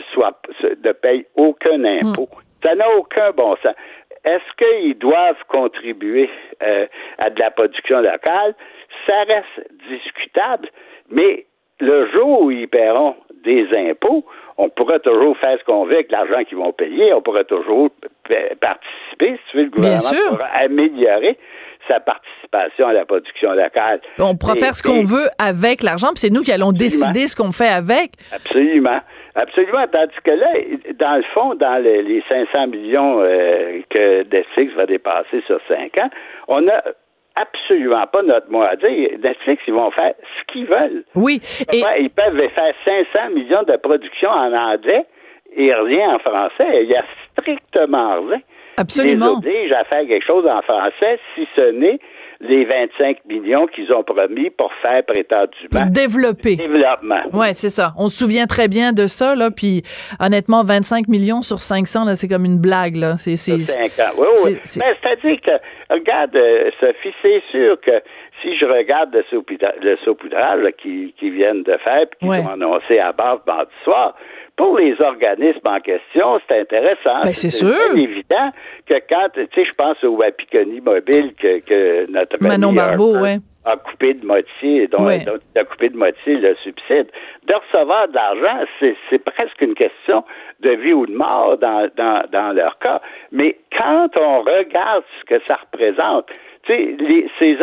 ne payent aucun impôt. Ça n'a aucun bon sens. Est-ce qu'ils doivent contribuer à de la production locale? Ça reste discutable, mais le jour où ils paieront des impôts, on pourra toujours faire ce qu'on veut avec l'argent qu'ils vont payer, on pourra toujours participer, si tu veux, le gouvernement pourra améliorer sa participation à la production locale. On pourra faire ce qu'on veut avec l'argent, puis c'est nous qui allons décider ce qu'on fait avec. Absolument. Absolument. Tandis que là, dans le fond, dans les 500 millions que Netflix va dépasser sur 5 ans, on n'a absolument pas notre mot à dire. Netflix, ils vont faire ce qu'ils veulent. Oui. Ils peuvent faire 500 millions de production en anglais et rien en français. Il y a strictement rien. Absolument. Ils les obligent à faire quelque chose en français, si ce n'est les 25 millions qu'ils ont promis pour faire prétendument. Pour développer. Développement. Oui, c'est ça. On se souvient très bien de ça, là, puis honnêtement, 25 millions sur 500, là, c'est comme une blague, là. Sur 5 ans, oui. Mais c'est-à-dire que, regarde, Sophie, c'est sûr que si je regarde le saupoudrage là, qu'ils viennent de faire, puis qu'ils ont annoncé à Barbe mardi soir, pour les organismes en question, c'est intéressant. Ben, c'est sûr. C'est évident que quand, tu sais, je pense au Wapikoni Mobile que notre Manon Barbeau, a coupé de moitié, dont a coupé de moitié le subside. De recevoir de l'argent, c'est presque une question de vie ou de mort dans leur cas. Mais quand on regarde ce que ça représente, tu sais,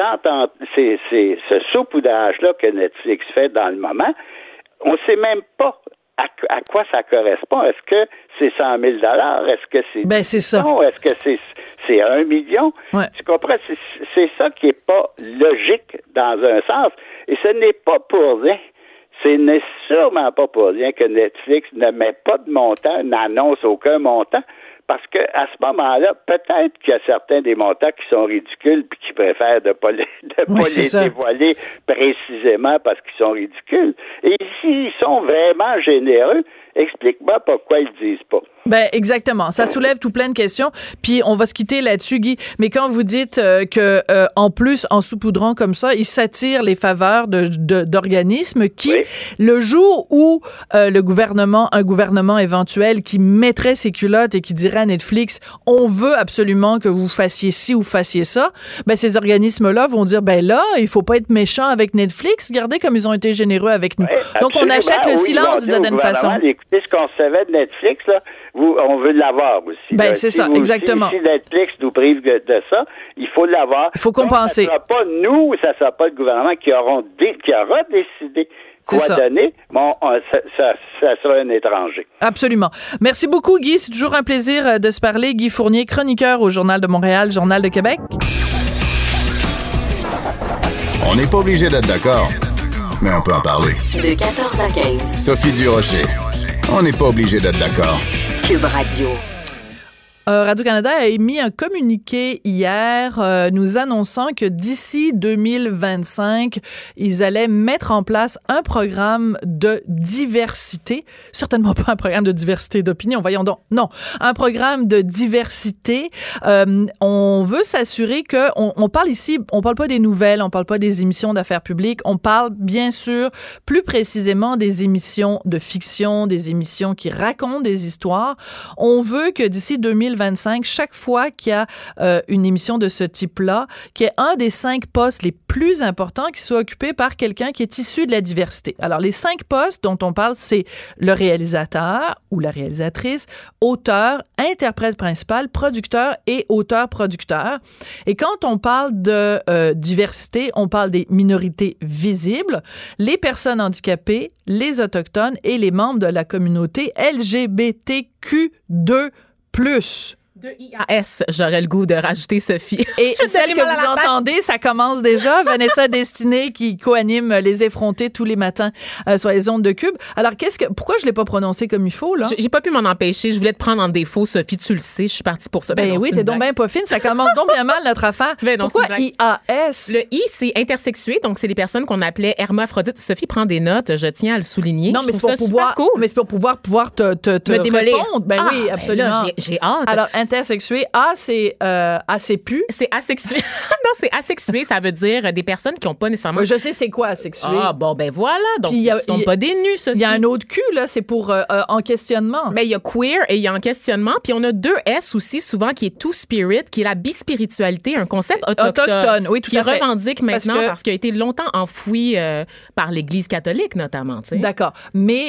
ce saupoudrage-là que Netflix fait dans le moment, on ne sait même pas à quoi ça correspond. Est-ce que c'est 100 000 $? Est-ce que c'est... Ben, c'est ça. Est-ce que c'est 1 million? Ouais. Tu comprends? C'est ça qui n'est pas logique dans un sens. Et ce n'est pas pour rien. Ce n'est sûrement pas pour rien que Netflix ne met pas de montant, n'annonce aucun montant. Parce que à ce moment-là, peut-être qu'il y a certains des montants qui sont ridicules puis qui préfèrent de pas les dévoiler précisément parce qu'ils sont ridicules. Et s'ils sont vraiment généreux, explique-moi pourquoi ils le disent pas. Ben exactement, ça soulève tout plein de questions. Puis on va se quitter là-dessus, Guy. Mais quand vous dites que en plus, en saupoudrant comme ça, ils s'attirent les faveurs d'organismes qui, le jour où un gouvernement éventuel qui mettrait ses culottes et qui dirait à Netflix, on veut absolument que vous fassiez ci ou fassiez ça, ben ces organismes-là vont dire, ben là, il faut pas être méchant avec Netflix. Regardez comme ils ont été généreux avec nous. Donc on achète le silence d'une certaine façon. Écoutez, ce qu'on savait de Netflix là. On veut l'avoir aussi. Ben, c'est ça, exactement. Si Netflix nous prive de ça, il faut l'avoir. Il faut compenser. Donc, ça ne sera pas nous, ça ne sera pas le gouvernement qui aura décidé quoi donner, mais ça sera un étranger. Absolument. Merci beaucoup, Guy. C'est toujours un plaisir de se parler. Guy Fournier, chroniqueur au Journal de Montréal, Journal de Québec. On n'est pas obligé d'être d'accord, mais on peut en parler. De 14 à 15. Sophie Durocher. On n'est pas obligé d'être d'accord. Cube Radio. Radio-Canada a émis un communiqué hier nous annonçant que d'ici 2025, ils allaient mettre en place un programme de diversité. Certainement pas un programme de diversité d'opinion, voyons donc. Non, un programme de diversité. On veut s'assurer que on parle ici, on parle pas des nouvelles, on parle pas des émissions d'affaires publiques, on parle bien sûr plus précisément des émissions de fiction, des émissions qui racontent des histoires. On veut que d'ici 2025, chaque fois qu'il y a une émission de ce type-là, qu'il y ait un des 5 postes les plus importants qui soit occupé par quelqu'un qui est issu de la diversité. Alors, les 5 postes dont on parle, c'est le réalisateur ou la réalisatrice, auteur, interprète principal, producteur et auteur-producteur. Et quand on parle de diversité, on parle des minorités visibles, les personnes handicapées, les autochtones et les membres de la communauté LGBTQ2+. De IAS, j'aurais le goût de rajouter Sophie. Et celle que vous entendez, ça commence déjà. Vanessa Destinée qui co-anime Les Effrontés tous les matins sur les ondes de Cube. Alors, pourquoi je l'ai pas prononcé comme il faut, là? J'ai pas pu m'en empêcher. Je voulais te prendre en défaut, Sophie, tu le sais. Je suis partie pour ça. Ben oui, t'es donc bien pas fine. Ça commence donc bien mal, notre affaire. Ben non, pourquoi IAS? Le I, c'est intersexué. Donc, c'est les personnes qu'on appelait hermaphrodites. Sophie prend des notes. Je tiens à le souligner. Non, mais c'est pour pouvoir, cool. Mais c'est pour pouvoir te répondre. Ben oui, absolument. Ben là, j'ai hâte. Alors, intersexué, c'est asexué. C'est asexué. Non, c'est asexué. Ça veut dire des personnes qui n'ont pas nécessairement... Je sais c'est quoi asexué. Ah, bon, ben voilà. Donc, ils ne sont pas des nus, Sophie. Il y a un autre Q, là, c'est pour en questionnement. Mais il y a queer et il y a en questionnement. Puis on a 2 S aussi, souvent, qui est two-spirit, qui est la bispiritualité, un concept autochtone. Oui, tout qui à fait. Revendique maintenant parce qu'il a été longtemps enfoui par l'Église catholique, notamment. T'sais. D'accord. Mais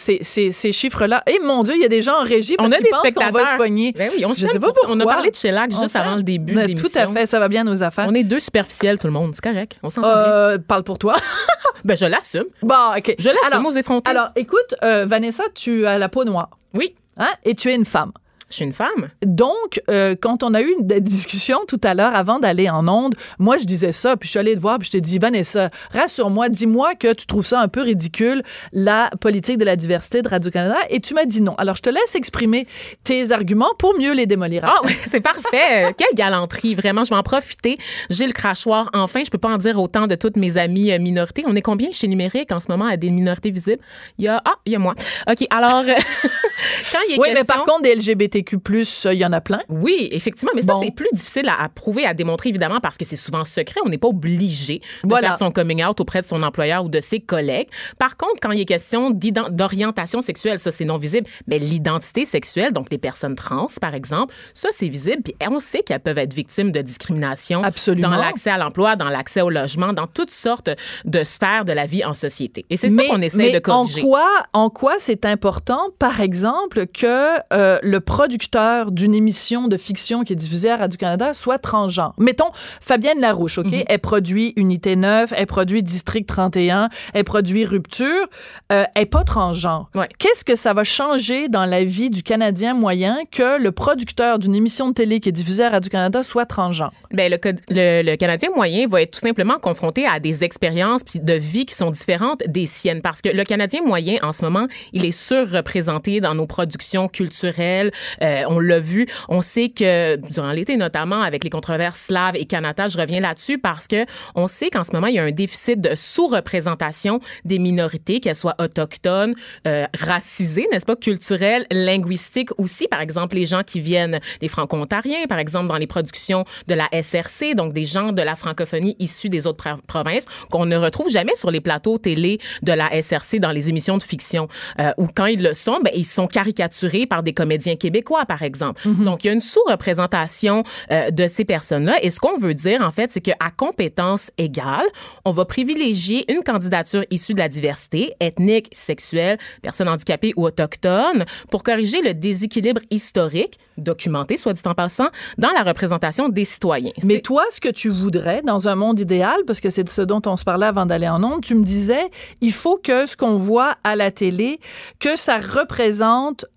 ces chiffres-là... Eh, mon Dieu, il y a des gens en régie parce qu'ils pensent qu'on va se pogner. Ben oui, je sais pas pourquoi. On a parlé de Shellac juste avant le début de l'émission. Tout à fait, ça va bien nos affaires. On est 2 superficiels, tout le monde, c'est correct. On s'entend bien. Parle pour toi. Ben, je l'assume. Bon, OK. Je l'assume aux effrontés. Alors, écoute, Vanessa, tu as la peau noire. Oui. Hein? Et tu es une femme. Je suis une femme. Donc, quand on a eu une discussion tout à l'heure avant d'aller en onde, moi, je disais ça, puis je suis allée te voir, puis je t'ai dit, Vanessa, rassure-moi, dis-moi que tu trouves ça un peu ridicule, la politique de la diversité de Radio-Canada, et tu m'as dit non. Alors, je te laisse exprimer tes arguments pour mieux les démolir. Ah oui, c'est parfait. Quelle galanterie, vraiment. Je vais en profiter. J'ai le crachoir. Enfin, je peux pas en dire autant de toutes mes amies minorités. On est combien chez Numérique en ce moment à des minorités visibles? Il y a moi. OK, alors, quand il est oui, question... mais par contre, des LGBTQ+, il y en a plein. Oui, effectivement, mais ça, c'est plus difficile à prouver, à démontrer, évidemment, parce que c'est souvent secret. On n'est pas obligé de faire son coming out auprès de son employeur ou de ses collègues. Par contre, quand il est question d'orientation sexuelle, ça, c'est non visible. Mais l'identité sexuelle, donc les personnes trans, par exemple, ça, c'est visible. Puis on sait qu'elles peuvent être victimes de discrimination. Absolument. Dans l'accès à l'emploi, dans l'accès au logement, dans toutes sortes de sphères de la vie en société. Et c'est ça qu'on essaie de corriger. En quoi c'est important, par exemple, que le producteur d'une émission de fiction qui est diffusée à Radio-Canada soit transgenre. Mettons, Fabienne Larouche, OK? Elle produit Unité 9, elle produit District 31, elle produit Rupture. Elle n'est pas transgenre. Ouais. Qu'est-ce que ça va changer dans la vie du Canadien moyen que le producteur d'une émission de télé qui est diffusée à Radio-Canada soit transgenre? Bien, le Canadien moyen va être tout simplement confronté à des expériences de vie qui sont différentes des siennes. Parce que le Canadien moyen, en ce moment, il est surreprésenté dans nos productions culturelles. On l'a vu. On sait que durant l'été, notamment avec les controverses slaves et Kanata, je reviens là-dessus parce que on sait qu'en ce moment, il y a un déficit de sous-représentation des minorités, qu'elles soient autochtones, racisées, n'est-ce pas, culturelles, linguistiques aussi. Par exemple, les gens qui viennent des Franco-Ontariens, par exemple, dans les productions de la SRC, donc des gens de la francophonie issus des autres provinces qu'on ne retrouve jamais sur les plateaux télé de la SRC dans les émissions de fiction. Ou quand ils le sont, ils sont caricaturés par des comédiens québécois, par exemple. Mm-hmm. Donc, il y a une sous-représentation de ces personnes-là. Et ce qu'on veut dire, en fait, c'est qu'à compétences égales, on va privilégier une candidature issue de la diversité, ethnique, sexuelle, personnes handicapées ou autochtones, pour corriger le déséquilibre historique, documenté, soit dit en passant, dans la représentation des citoyens. Mais toi, ce que tu voudrais, dans un monde idéal, parce que c'est de ce dont on se parlait avant d'aller en ondes, tu me disais, il faut que ce qu'on voit à la télé, que ça représente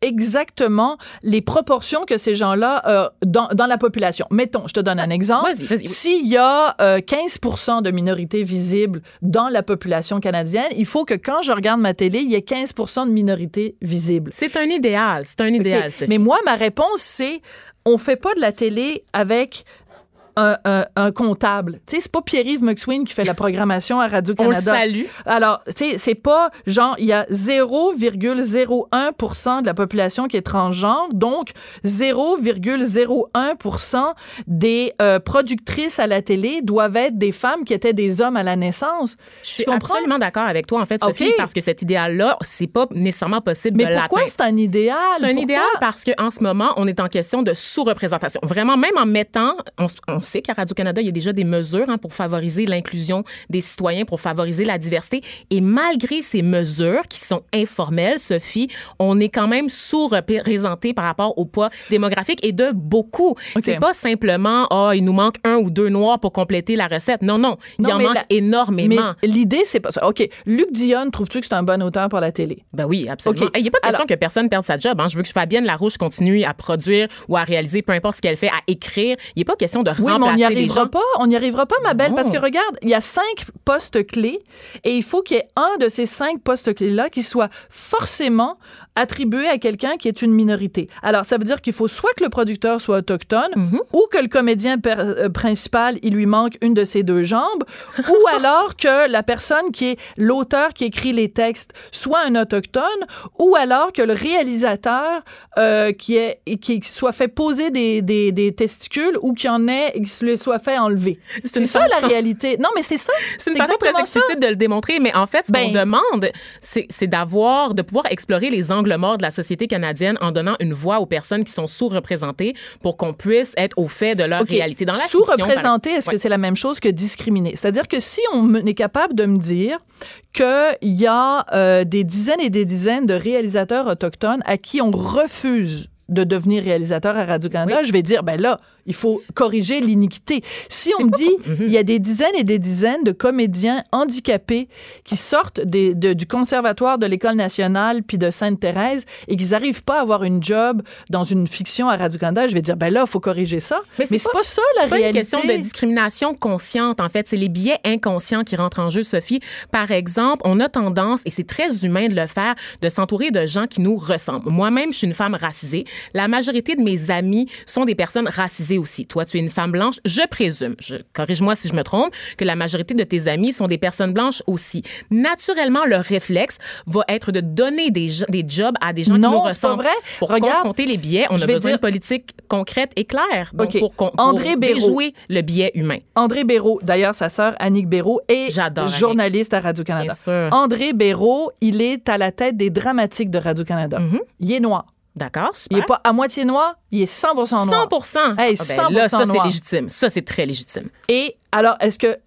exactement les proportions que ces gens-là dans la population. Mettons, je te donne un exemple. Vas-y. S'il y a 15% de minorités visibles dans la population canadienne, il faut que quand je regarde ma télé, il y ait 15% de minorités visibles. C'est un idéal, Okay. Mais moi, ma réponse, c'est on fait pas de la télé avec un comptable. Tu sais, c'est pas Pierre-Yves McSween qui fait la programmation à Radio-Canada. On le salue. Alors, tu sais, c'est pas genre, il y a 0,01% de la population qui est transgenre, donc 0,01% des productrices à la télé doivent être des femmes qui étaient des hommes à la naissance. Je suis absolument d'accord avec toi, en fait, Sophie, parce que cet idéal-là, c'est pas nécessairement possible de l'atteindre. Mais pourquoi c'est un idéal? C'est un idéal parce qu'en ce moment, on est en question de sous-représentation. Vraiment, même en mettant... On sait qu'à Radio-Canada, il y a déjà des mesures pour favoriser l'inclusion des citoyens, pour favoriser la diversité. Et malgré ces mesures qui sont informelles, Sophie, on est quand même sous-représenté par rapport au poids démographique et de beaucoup. Okay. C'est pas simplement, il nous manque 1 ou 2 noirs pour compléter la recette. Non, il en manque énormément. Mais l'idée, c'est pas ça. OK, Luc Dionne, trouves-tu que c'est un bon auteur pour la télé? Ben oui, absolument. Il n'y a pas question que personne perde sa job. Je veux que Fabienne Larouche continue à produire ou à réaliser, peu importe ce qu'elle fait, à écrire. Il n'est pas question de remplacer on n'y arrivera pas, ma belle, parce que regarde, il y a 5 postes clés et il faut qu'il y ait un de ces 5 postes clés-là qui soit forcément attribué à quelqu'un qui est une minorité. Alors, ça veut dire qu'il faut soit que le producteur soit autochtone ou que le comédien principal, il lui manque une de ses 2 jambes ou alors que la personne qui est l'auteur qui écrit les textes soit un autochtone ou alors que le réalisateur qui soit fait poser des testicules ou qui le soit fait enlever. C'est ça la réalité. Non, mais c'est ça. C'est une façon très explicite de le démontrer, mais en fait, ce qu'on demande, c'est de pouvoir explorer les angles morts de la société canadienne en donnant une voix aux personnes qui sont sous-représentées pour qu'on puisse être au fait de leur réalité. Dans la fiction, sous-représenter, est-ce que c'est la même chose que discriminer? C'est-à-dire que si on est capable de me dire qu'il y a des dizaines et des dizaines de réalisateurs autochtones à qui on refuse de devenir réalisateur à Radio-Canada, je vais dire, là, il faut corriger l'iniquité. Si on me dit, il y a des dizaines et des dizaines de comédiens handicapés qui sortent du conservatoire de l'École nationale puis de Sainte-Thérèse et qu'ils n'arrivent pas à avoir une job dans une fiction à Radio-Canada, je vais dire, là, il faut corriger ça. Mais c'est pas ça la réalité. C'est pas une question de discrimination consciente, en fait. C'est les biais inconscients qui rentrent en jeu, Sophie. Par exemple, on a tendance, et c'est très humain de le faire, de s'entourer de gens qui nous ressemblent. Moi-même, je suis une femme racisée. La majorité de mes amis sont des personnes racisées aussi. Toi, tu es une femme blanche. Je présume, corrige-moi si je me trompe, que la majorité de tes amis sont des personnes blanches aussi. Naturellement, le réflexe va être de donner des jobs à des gens qui nous ressemblent. Non, c'est pas vrai. Pour confronter les biais, on a besoin de politiques concrètes et claires. Donc, pour déjouer le biais humain. André Béraud, d'ailleurs, sa sœur Annick Béraud est journaliste à Radio-Canada. Bien sûr. André Béraud, il est à la tête des dramatiques de Radio-Canada. Il est noir. D'accord, super. Il n'est pas à moitié noir, il est 100% noir. 100%? Hey, 100% là, ça, noir. c'est légitime. Ça, c'est très légitime. Et alors,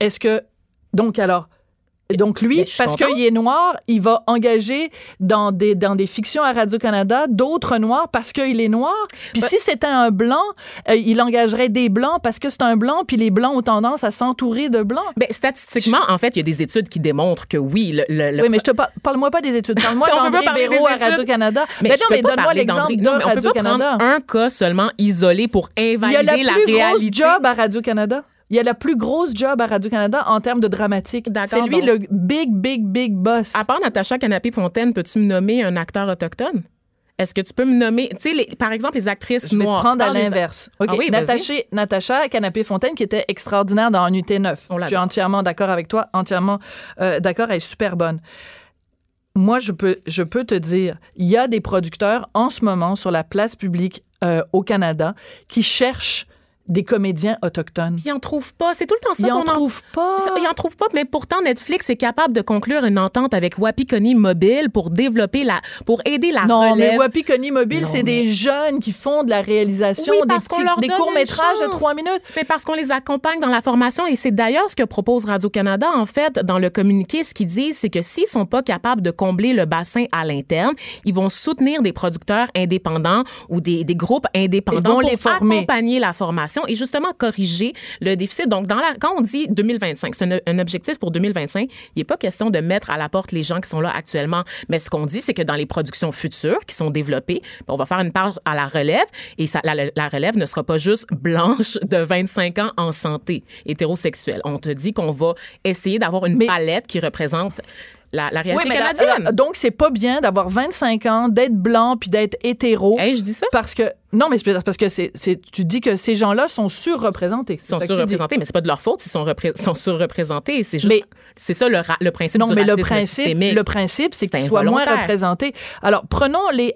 donc lui, parce qu'il est noir, il va engager dans des fictions à Radio-Canada d'autres noirs parce qu'il est noir. Puis si c'était un blanc, il engagerait des blancs parce que c'est un blanc, puis les blancs ont tendance à s'entourer de blancs. Statistiquement, en fait, il y a des études qui démontrent que oui. Oui, mais parle-moi pas des études. Parle-moi d'André Béraud à Radio-Canada. Mais donne-moi l'exemple de Radio-Canada. On peut pas prendre un cas seulement isolé pour invalider la réalité. Il y a la plus grosse job à Radio-Canada. Il y a la plus grosse job à Radio-Canada en termes de dramatique. C'est lui le big boss. À part Natacha Canapé-Fontaine, peux-tu me nommer un acteur autochtone? Est-ce que tu peux me nommer, par exemple, les actrices noires? Je vais te prendre à l'inverse. OK. Oui, Natacha Canapé-Fontaine, qui était extraordinaire dans Unité 9. Je suis entièrement d'accord avec toi, entièrement d'accord, elle est super bonne. Moi, je peux te dire, il y a des producteurs en ce moment sur la place publique au Canada qui cherchent des comédiens autochtones. Ils n'en trouvent pas. C'est tout le temps ça qu'on en trouve pas. Ils n'en trouvent pas, mais pourtant, Netflix est capable de conclure une entente avec Wapikoni Mobile pour pour aider la relève. Non, mais Wapikoni Mobile, c'est des jeunes qui font de la réalisation, des courts-métrages de 3 minutes. Mais parce qu'on les accompagne dans la formation, et c'est d'ailleurs ce que propose Radio-Canada, en fait, dans le communiqué, ce qu'ils disent, c'est que s'ils sont pas capables de combler le bassin à l'interne, ils vont soutenir des producteurs indépendants ou des groupes indépendants pour accompagner la formation. population et justement corriger le déficit. Donc, quand on dit 2025, c'est un objectif pour 2025, il n'est pas question de mettre à la porte les gens qui sont là actuellement. Mais ce qu'on dit, c'est que dans les productions futures qui sont développées, on va faire une part à la relève et la relève ne sera pas juste blanche de 25 ans en santé hétérosexuelle. On te dit qu'on va essayer d'avoir une palette qui représente la réalité canadienne. Donc, c'est pas bien d'avoir 25 ans, d'être blanc puis d'être hétéro. Hey, je dis ça. Parce que... Non, mais c'est parce que tu dis que ces gens-là sont surreprésentés. Ils sont surreprésentés, mais c'est pas de leur faute s'ils sont surreprésentés. C'est juste... c'est ça le principe du racisme systémique. Le principe, c'est qu'ils soient moins représentés. Alors, prenons les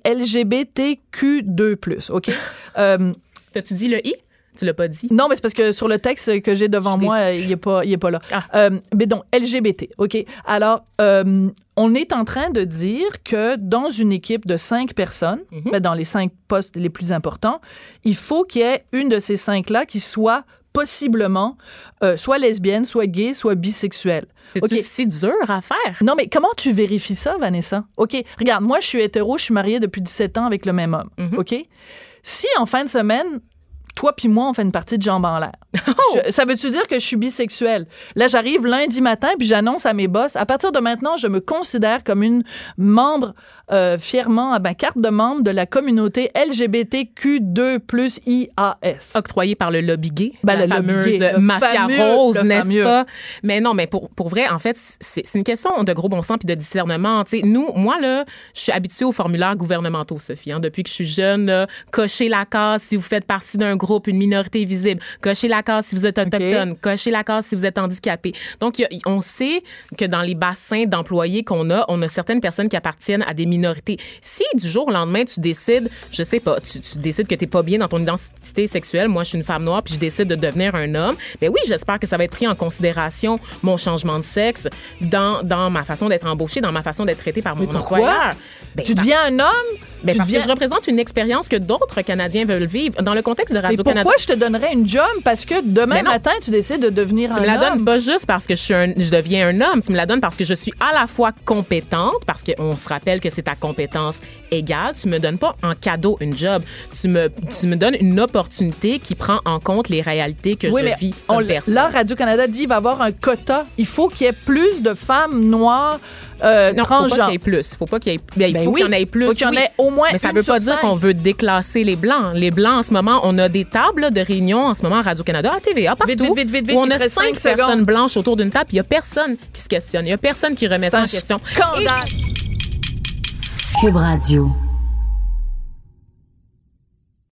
LGBTQ2+, OK? T'as-tu dit le I? Tu l'as pas dit? Non, mais c'est parce que sur le texte que j'ai devant moi, il est pas là. Mais donc, LGBT, OK? Alors, on est en train de dire que dans une équipe de 5 personnes, dans les 5 postes les plus importants, il faut qu'il y ait une de ces 5-là qui soit possiblement soit lesbienne, soit gay, soit bisexuelle. C'est si dur à faire. Non, mais comment tu vérifies ça, Vanessa? OK, regarde, moi, je suis hétéro, je suis mariée depuis 17 ans avec le même homme. OK? Si en fin de semaine, toi puis moi, on fait une partie de jambes en l'air. Ça veut-tu dire que je suis bisexuelle? Là, j'arrive lundi matin puis j'annonce à mes boss, à partir de maintenant, je me considère comme une membre fièrement, carte de membre de la communauté LGBTQ2+ IAS. Octroyée par le lobby gay, la fameuse mafia rose, n'est-ce pas? Mais non, mais pour vrai, en fait, c'est une question de gros bon sens puis de discernement. T'sais, moi, là, je suis habituée aux formulaires gouvernementaux, Sophie. Depuis que je suis jeune, là, cochez la case si vous faites partie d'un groupe, une minorité visible. Cochez la case si vous êtes autochtone. Cochez la case si vous êtes handicapé. Donc, on sait que dans les bassins d'employés qu'on a, on a certaines personnes qui appartiennent à des minorités. Si du jour au lendemain, tu décides, je sais pas, tu décides que t'es pas bien dans ton identité sexuelle, moi, je suis une femme noire, puis je décide de devenir un homme, ben oui, j'espère que ça va être pris en considération, mon changement de sexe, dans ma façon d'être embauchée, dans ma façon d'être traitée par mon employeur. Tu deviens un homme? Parce que je représente une expérience que d'autres Canadiens veulent vivre. Dans le contexte de Radio-Canada... Mais pourquoi je te donnerais une job? Parce que demain matin, tu décides de devenir un homme. Tu me la donnes pas juste parce que je deviens un homme. Tu me la donnes parce que je suis à la fois compétente, parce qu'on se rappelle que c'est ta compétence égale. Tu me donnes pas en cadeau une job. Tu me donnes une opportunité qui prend en compte les réalités que je vis comme personne. Là, Radio-Canada dit qu'il va y avoir un quota. Il faut qu'il y ait plus de femmes noires non, faut pas qu'il y ait plus. Faut pas qu'il y ait... il faut qu'il y en ait plus. Faut qu'il y en ait au moins. Mais ça veut pas dire qu'on veut déclasser les Blancs. Les Blancs, en ce moment, on a des tables de réunion en ce moment à Radio-Canada, à TVA, partout, vite, où on a 5 personnes blanches autour d'une table, il y a personne qui se questionne. Il y a personne qui remet ça en question. Scandale. Cube Radio.